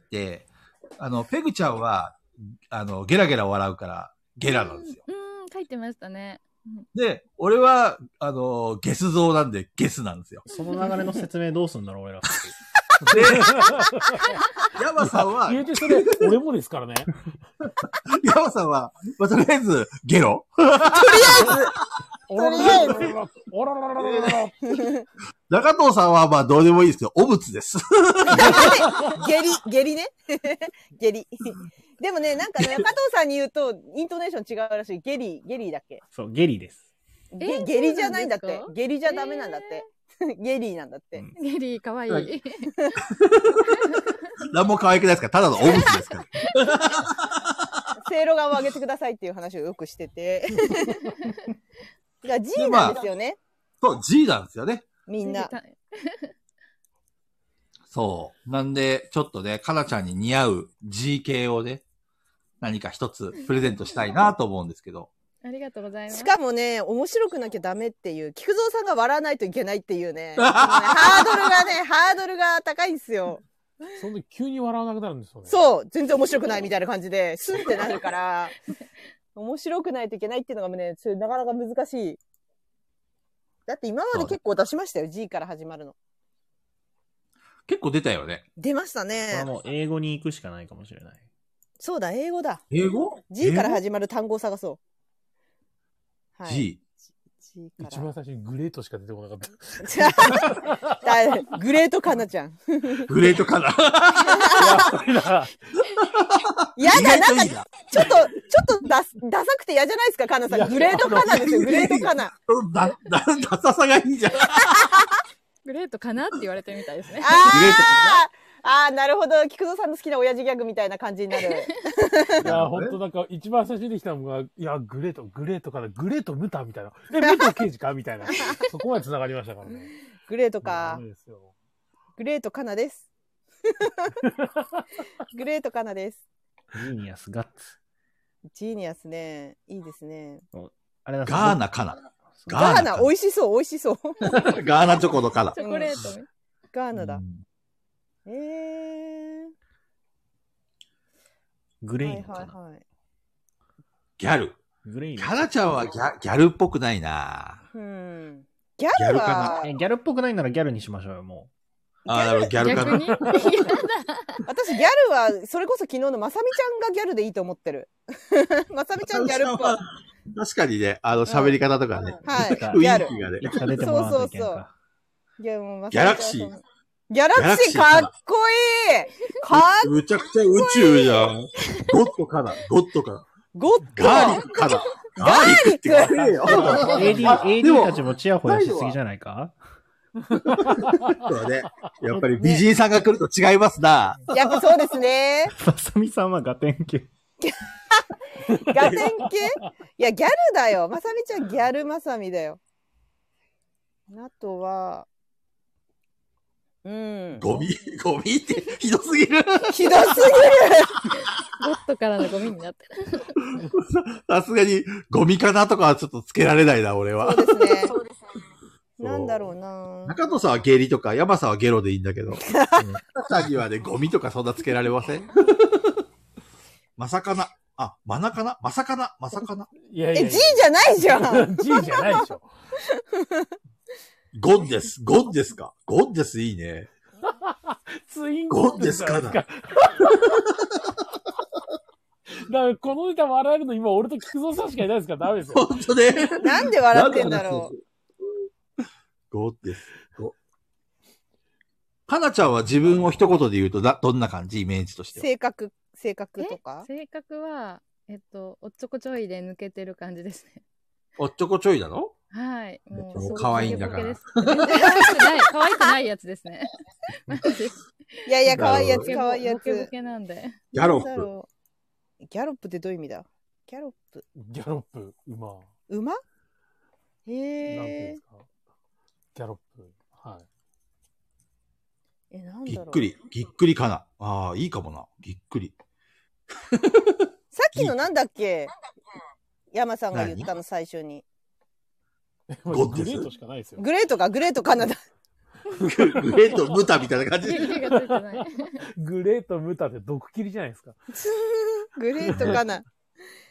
ペグちゃんは、ゲラゲラ笑うから、ゲラなんですよ。 書いてましたね。 で、俺は、ゲス像なんでゲスなんですよ。 その流れの説明どうすんだろう、俺ら。 山さんは、 言うてそれ、俺もですからね。 山さんは、まあ、とりあえず、ゲロとりあえずおらららららら。 中藤さんは、まあ、どうでもいいですけど、お仏です。 下痢ね。下痢。でもね、なんかね、中藤さんに言うと、イントネーション違うらしい。ゲリだっけ？ そう、ゲリです。 下痢じゃないんだって。下痢じゃダメなんだって。ゲリーなんだって。 ゲリーかわいい。 何も可愛くないですから、ただのお仏ですから。 せいろがをあげてくださいっていう話をよくしてて。いや、G なんですよね。 そう、G なんですよね。 みんな。 そう。なんで、ちょっとね、かなちゃんに似合う G 系をね、何か一つプレゼントしたいなと思うんですけど。 ありがとうございます。 しかもね、面白くなきゃダメっていう、菊蔵さんが笑わないといけないっていうね、ハードルが高いんですよ。 そんで急に笑わなくなるんですよね。 そう、全然面白くないみたいな感じで、スンってなるから、面白くないといけないっていうのがね、なかなか難しい。だって今まで結構出しましたよ、G から始まるの。 結構出たよね。 出ましたね。 これはもう英語に行くしかないかもしれない。 そうだ、英語だ。 英語？ G から始まる単語を探そう。 はい、G。 一番最初にグレートしか出てこなかった。 グレートカナちゃん。 グレートカナ。 やだ、なんか、ちょっとダサくて嫌じゃないですか、カナさん。グレートカナですよ、グレートカナ。 ダサさがいいじゃん。 グレートかなって言われてみたいですね。 ああ、なるほど。菊蔵さんの好きな親父ギャグみたいな感じになる。 いや、ほんとなんか、一番最初にできたのが、いや、グレートから、グレートムタみたいな。ムタ刑事かみたいな。そこまで繋がりましたからね。 グレートか。グレートカナです。グレートカナです。 ジーニアスガッツ。 ジーニアスね。いいですね。 あれなんですガーナカナ。 ガーナ、美味しそう、美味しそう。 ガーナチョコのカナ。 チョコレート。 ガーナだ。 グレイのかな、 ギャル。 グレイの。 カナちゃんはギャルっぽくないな。 ギャルかな。ギャルっぽくないならギャルにしましょうよ、もう。ああ、ギャルかな。 私、ギャルは、それこそ昨日のまさみちゃんがギャルでいいと思ってる。まさみちゃんギャルっぽい。 確かにね、喋り方とかね。 はい。 雰囲気がね。 そう。ギャラクシー。 ギャラクシーかっこいいむちゃくちゃ宇宙じゃん。ゴッドかな。 ゴッドガーリックかな。 ガーリックって言えよ。 AD たちもチヤホヤしすぎじゃないか？ そうね。やっぱり美人さんが来ると違いますな。 やっぱそうですね。 まさみさんはガテン系。 ガテン系？いや、ギャルだよ。まさみちゃんギャルまさみだよ。あとは、 ゴミってひどすぎる。 ひどすぎる。 ゴッドからのゴミになってる。 さすがにゴミかなとかはちょっとつけられないな、俺は。 そうですね。なんだろうな。 中戸さんはゲリとか、山さんはゲロでいいんだけど。中さんにはね、ゴミとかそんなつけられません？まさかな。あ、まなかなまさかな。 いや G じゃないじゃん。 G じゃないでしょ。 ゴンです。ゴンですか？ゴンですいいね。 ツインゴンですかな。 だからこのネタ笑えるの今俺と菊蔵さんしかいないですからダメですよ。 ほんとね。 なんで笑ってんだろう。ゴンです。かなちゃんは自分を一言で言うとどんな感じ？イメージとしては。 性格とか？ 性格は、おっちょこちょいで抜けてる感じですね。 おっちょこちょいなの？ はい。 もう可愛いんだから。 可愛くないやつですね。 いや、可愛いやつ。 ボケボケなんで。 ギャロップ。 ギャロップってどういう意味だ？ギャロップ、 馬。 馬？ へえ。なんていうんですか？ギャロップ。はい。 なんだろう。 ぎっくりかな。ああ、いいかもな。ぎっくり。 さっきのなんだっけ？山さんが言ったの最初に。 グレートしかないですよ。 グレートカナダ。 グレートムタみたいな感じ。 グレートムタって毒切りじゃないですか。 グレートカナ。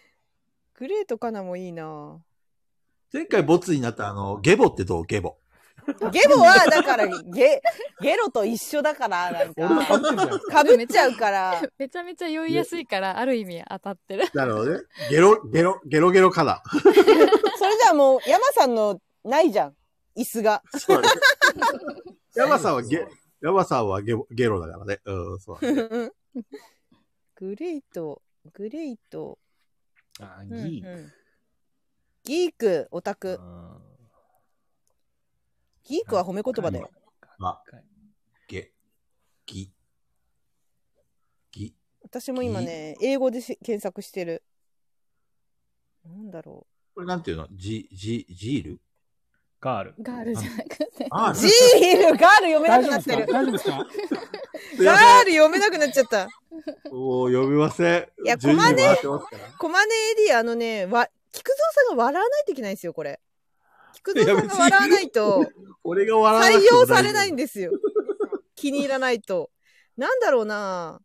グレートカナもいいな。 前回ボツになったゲボってどう？ゲボ。 ゲボは、だから、ゲロと一緒だから、なんか。かぶっちゃうから。 めちゃめちゃ酔いやすいから、ある意味当たってる。 なるほどね。ゲロかな。 それじゃあもう、山さんの、ないじゃん。椅子が。そうだね。 山さんはゲロだからね。うん、そうだね。 グレイト。 あ、ギーク。 ギーク、オタク。ギークは褒め言葉だよ。私も今ね、英語で検索してる。なんだろう。 これなんていうの？ジール？ ガール。 ガールじゃなくて。 ジール！ガール読めなくなってる。 大丈夫ですか？ ガール読めなくなっちゃった。 読めません。 いや、コマネ AD、菊蔵さんが笑わないといけないんですよ、これ。菊蔵さんが笑わないと、 俺が笑わない採用されないんですよ。気に入らないと。なんだろうな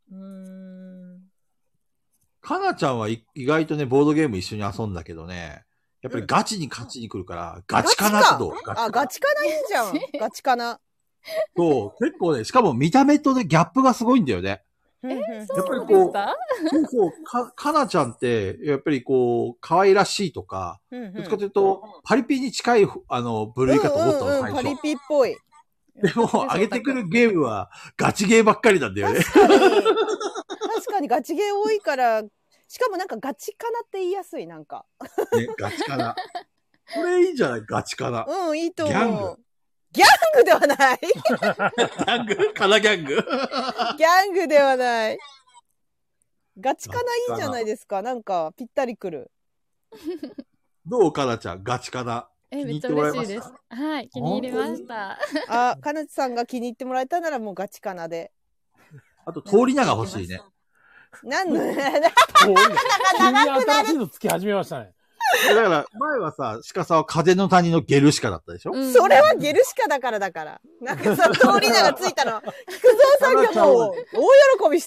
かなちゃんは意外とね、ボードゲーム一緒に遊んだけどね、やっぱりガチに勝ちに来るから、ガチかなってどう？ ガチかないいじゃん。ガチかな。 そう、結構ね、しかも見た目とね、ギャップがすごいんだよね。 やっぱりこう、 かなちゃんって、やっぱりこう、可愛らしいとか、どっちかというと、パリピに近い、部類かと思ったの、最初。 パリピっぽい。 でも、上げてくるゲームは、ガチゲーばっかりなんだよね。 確かにガチゲー多いから、しかもなんかガチかなって言いやすい、なんか。 ね、ガチかな。これいいんじゃない？ガチかな。 うん、いいと思う。ギャングではないギャング？カナギャング？ ギャングではない。ガチかないいんじゃないですか。なんか、ぴったりくる。 どうかなちゃん、ガチかな。 めっちゃ嬉しいです。はい、気に入りました。 あ、かなちさんが気に入ってもらえたならもうガチかなで。 あと、通り名が欲しいね。 なんの急に新しいのつき始めましたね。 だから、前はさ、鹿さんは風の谷のゲルシカだったでしょ？ それはゲルシカだからだから。なんかさ、通り名がついたの。菊蔵さんがもう、大喜びして。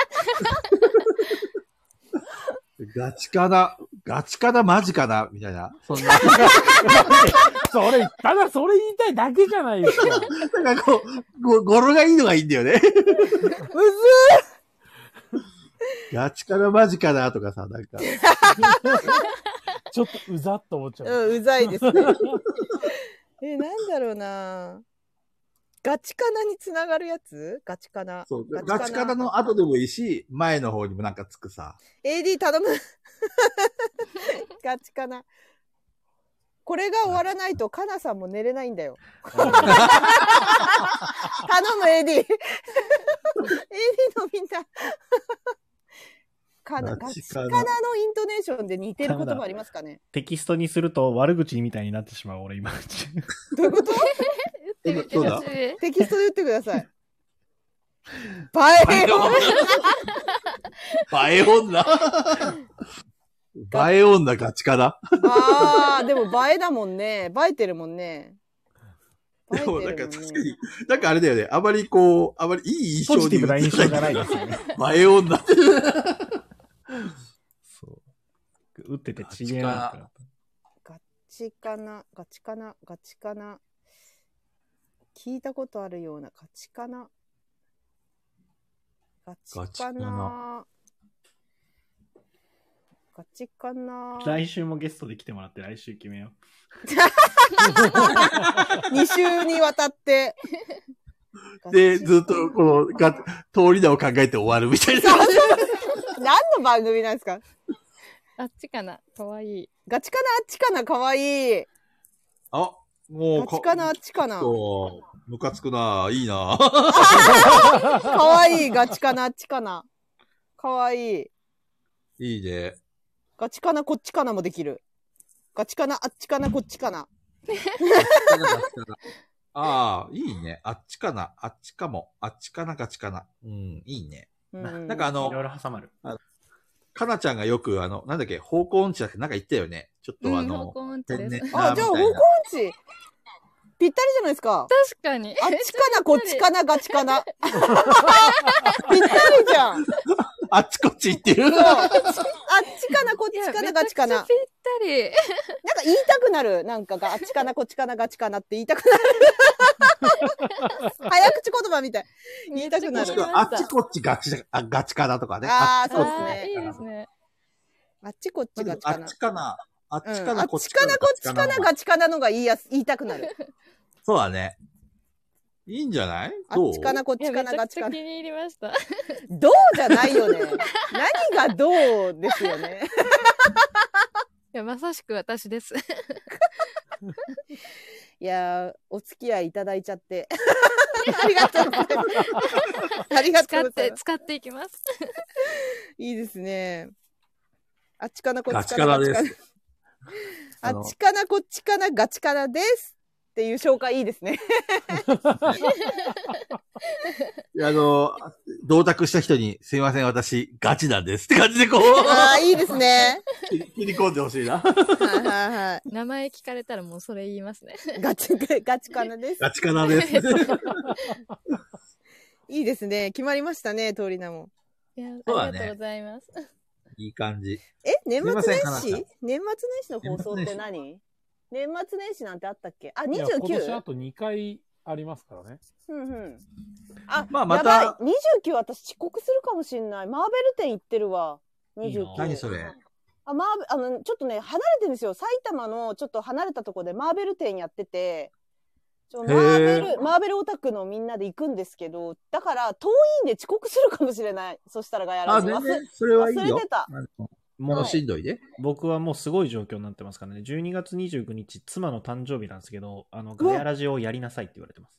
ガチかなマジかなみたいな。そんな。 ただそれ言いたいだけじゃないですか。 なんかこう、語呂がいいのがいいんだよね。 むずガチかなマジかなとかさ、なんか。 ちょっとうざっと思っちゃう。 うざいですね。なんだろうなガチかなにつながるやつ？ガチかな。 そう、ガチかなの後でもいいし、前の方にもなんかつくさ。 AD 頼む。ガチかな。これが終わらないと、かなさんも寝れないんだよ。頼む、AD。AD のみんな。ガチかなのイントネーションで似てる言葉ありますかね？ テキストにすると悪口みたいになってしまう、俺今。 どういうこと？ そうだ。 テキストで言ってください。 映え女映え女ガチかな。 でも映えだもんね。映えてるもんね。 でもなんか確かに、なんかあれだよね。あまりいい印象ポジティブな印象じゃないですよね。 映え女って。 そう。打っててちげえな。 ガチかな。聞いたことあるようなガチかな。ガチかな。 来週もゲストで来てもらって来週決めよう。2週にわたって。 で、ずっとこの通り名を考えて終わるみたいな。 何の番組なんですか？ あっちかな、かわいい。 ガチかな、あっちかな、かわいい。 あ、もう。 ガチかな、あっちかな。 ムカつくな、いいな。 かわいい、ガチかな、あっちかな。かわいい。 いいね。 ガチかな、こっちかなもできる。ガチかな、あっちかな、こっちかな。 ああ、いいね。あっちかな、あっちかも。あっちかな、ガチかな。うん、いいね。なんかいろいろ挟まる。 かなちゃんがよくなんだっけ、方向音痴だってなんか言ったよね。ちょっと方向音痴です。 じゃあ方向音痴。ぴったりじゃないですか。 確かに。 あっちかな、こっちかな、ガチかな。ぴったりじゃん。 あっちこっち行ってる。 あっちかな、こっちかな、ガチかな。 ぴったり。 なんかか言いたくなる。なんかあっちかなこっちかなガチかなって言いたくなる。早口言葉みたい。言いたくなる。 あっちこっちガチかなとかね。 ああ、そうですね。 いいですね。 あっちこっちガチかな。 あっちかな。あっちかな、 こっちかな、こっちかな、ガチかなのが言いたくなる。 そうだね。いいんじゃない？ あっちかな、こっちかな、ガチかな。 気に入りました。 どうじゃないよね。何がどうですよね。 いや、まさしく私です。 いやー、お付き合いいただいちゃって。ありがとうございます。ありがとうございます。 使っていきます。 いいですね。あっちかな、こっガチちかな。 かなです。 あっちかな、こっちかな、ガチかなです。っていう紹介いいですね。 同卓した人に、すいません、私、ガチなんですって感じでこう。 ああ、いいですね。 切り込んでほしいな。 はいはいはい。 名前聞かれたらもうそれ言いますね。 ガチかなです。 ガチかなです。 いいですね。決まりましたね、通り名も。 いや、ありがとうございます。 いい感じ。 年末年始？年末年始の放送って何？年末年始なんてあったっけ？あ、29？ 今年あと2回ありますからね。 あ、 まあまたやばい。29私遅刻するかもしんない。マーベル店行ってるわ。29。 何それ？ ちょっとね、離れてるんですよ。埼玉のちょっと離れたところでマーベル店やってて、マーベルオタクのみんなで行くんですけど、だから遠いんで遅刻するかもしれない。そしたらガヤラジそれはいいよ。 忘れてた。 もうしんどいで、 僕はもうすごい状況になってますからね。12月29日、妻の誕生日なんですけど、ガヤラジをやりなさいって言われてます。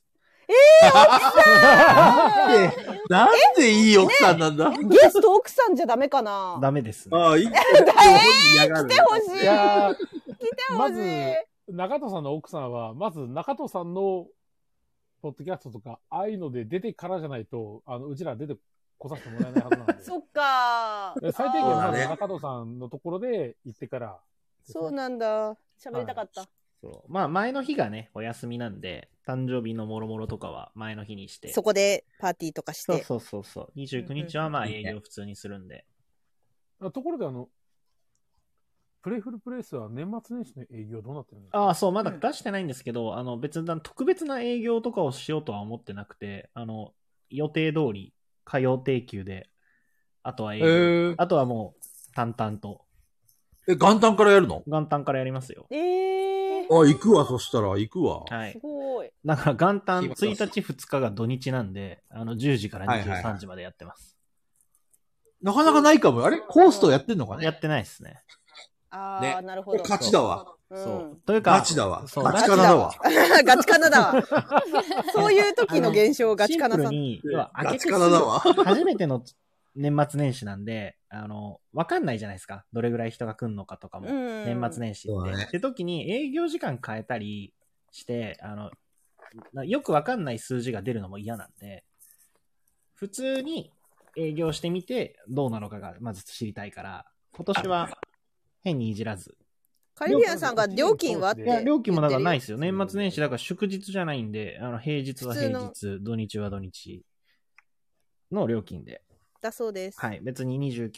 なんでいい奥さんなんだ。 ゲスト奥さんじゃダメかな？ ダメですね。 ああ、来てほしい。来てほしい。 まず、中戸さんの奥さんは、まず中戸さんのポッドキャストとか、ああいうので出てからじゃないと、うちら出て来させてもらえないはずなんで。 そっかー。最低限まず中戸さんのところで行ってから、 そうなんだ。喋りたかった。 そう。まあ前の日がね、お休みなんで、誕生日のもろもろとかは前の日にして。 そこでパーティーとかして。 そう。29日はまあ営業普通にするんで。 ところでプレフルプレイスは年末年始の営業どうなってるんですか？ ああ、そう、まだ出してないんですけど、別に特別な営業とかをしようとは思ってなくて、予定通り、火曜定休で、あとは営業。あとはもう、淡々と。 元旦からやるの？ 元旦からやりますよ。 行くわ、そしたら、行くわ。 はい。 すごい。 だから元旦1日2日が土日なんで、10時から23時までやってます。 なかなかないかも。あれコーストやってんのかね？ やってないですね。 ああ、なるほど。 勝ちだわ。 そう。というか、 ガチだわ。ガチカナだわ。 ガチカナだわ。そういう時の現象、ガチカナさん。 ガチカナだわ。 初めての年末年始なんで、わかんないじゃないですか。どれぐらい人が来るのかとかも。年末年始って。って時に営業時間変えたりして、よくわかんない数字が出るのも嫌なんで、普通に営業してみてどうなのかがまず知りたいから、今年は変にいじらず。 カリビアンさんが料金はって。 いや、料金もだからないですよ。年末年始だから祝日じゃないんで、平日は平日、土日は土日の料金で。 だそうです。 はい。別に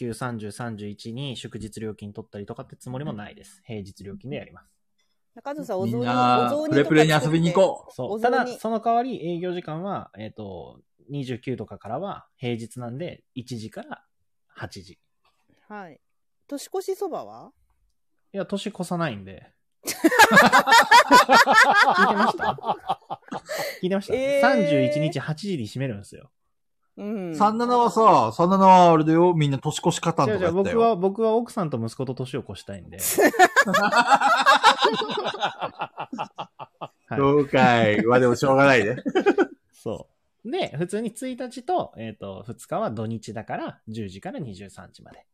29、30、31に祝日料金取ったりとかってつもりもないです。平日料金でやります。 中津さん、お雑煮プレプレに遊びに行こう。 そう。ただ、その代わり営業時間は、29とかからは平日なんで、1時から8時。 はい。年越しそばは？ いや、年越さないんで。聞いてました、31日8時に閉めるんですよ。 37はあれだよ、みんな年越し方とかやったよ。 僕は奥さんと息子と年を越したいんで。 そうかい。でもしょうがないね。 そう。で、普通に1日と、2日は土日だから、10時から23時まで。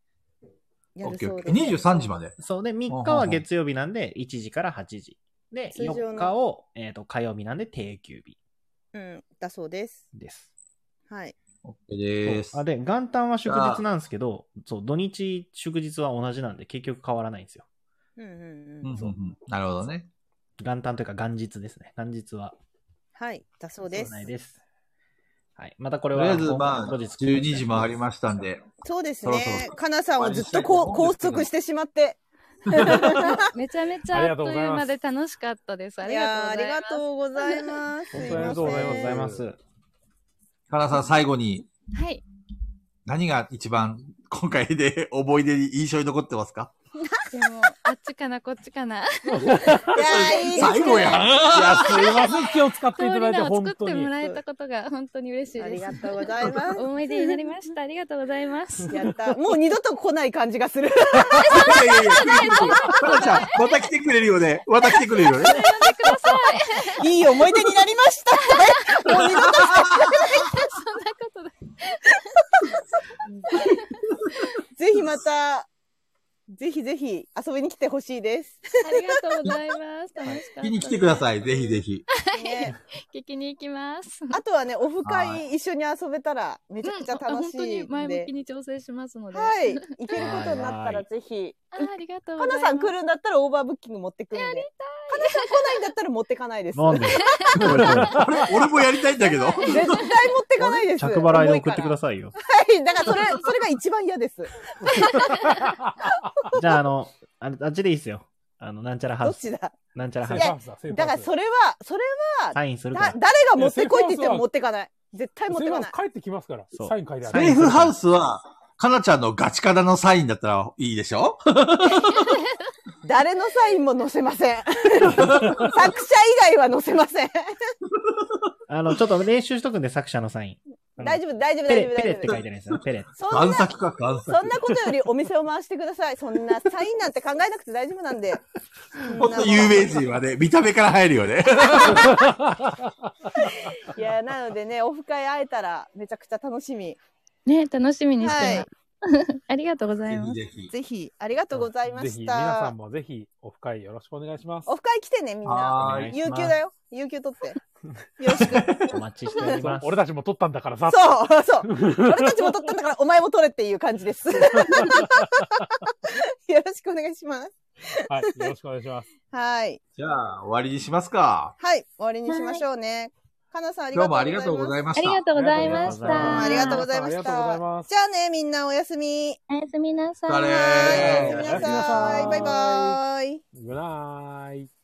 23時まで。 そうで、3日は月曜日なんで、1時から8時。で、4日を、火曜日なんで定休日。 だそうです。 です。 はい。 OK です。 で、元旦は祝日なんですけど、そう、土日祝日は同じなんで、結局変わらないんですよ。 なるほどね。 元旦というか元日ですね。元日は。 はい、だそうです。 そうです。はい。またこれは、 とりあえず、後日12時回りましたんで。 そうですね。かなさんをずっと拘束してしまって。 めちゃめちゃあっという間で楽しかったです。ありがとうございます。 ありがとうございます。 ありがとうございます。 かなさん、最後に。 はい。 何が一番今回で思い出に印象に残ってますか？ でも、あっちかな、こっちかな。 いや、いい最後やん。いや、すいません。気を使っていただいて、本当に。 作ってもらえたことが本当に嬉しいです。 ありがとうございます。 思い出になりました。ありがとうございます。 やった。もう二度と来ない感じがする。 いやいやいや、かなちゃん、また来てくれるよね。また来てくれるよね。 呼んでください。いい思い出になりました。もう二度と来てくれない。 そんなことで。 ぜひまた、ぜひぜひ遊びに来てほしいです。 ありがとうございます。楽しかった。 聞きに来てください。ぜひぜひ。 ね、 聞きに行きます。 あとはね、オフ会一緒に遊べたらめちゃくちゃ楽しいんで、 本当に前向きに調整しますので。 はい。行けることになったらぜひ。 ありがとうございます。 かなさん来るんだったらオーバーブッキング持ってくるんで。 やりたい。 かなさん来ないんだったら持ってかないです。 なんで俺もやりたいんだけど。 絶対持ってかないです。 着払いで送ってくださいよ。 はい。だからそれが一番嫌です。 じゃああっちでいいっすよ。なんちゃらハウス。 どっちだ？ なんちゃらハウス。 だからそれは、 サインするから。 誰が持ってこいって言っても持ってかない。絶対持ってかない。 帰ってきますから。サイン書いてある。 セーフハウスは、かなちゃんのガチカナのサインだったらいいでしょ？ 誰のサインも載せません。作者以外は載せません。 ちょっと練習しとくんで、作者のサイン。 大丈夫。 ペレって書いてないですよ。ペレ。 贋作か、贋作。 そんなことよりお店を回してください。そんなサインなんて考えなくて大丈夫なんで。 ほんと有名人はね、見た目から入るよね。 いや、なのでね、オフ会会えたらめちゃくちゃ楽しみ。 ね、楽しみにしてます。ありがとうございます。 ぜひ、ありがとうございました。ぜひ、 皆さんもぜひ、オフ会よろしくお願いします。 オフ会来てね、みんな。有給だよ。有給取って。よろしく。 お待ちしております。 俺たちも取ったんだからさ。 そう。俺たちも取ったんだから、お前も取れっていう感じです。よろしくお願いします。 はい、よろしくお願いします。 はい。 じゃあ、終わりにしますか。 はい、終わりにしましょうね。かなさんあり今が日とうございました。 もありがとうございました。 ありがとうございました。 ありがとうございました。じゃあね、みんなおやすみ。 おやすみなさい。 おやすみなさい。バイバイ。 グッナイ。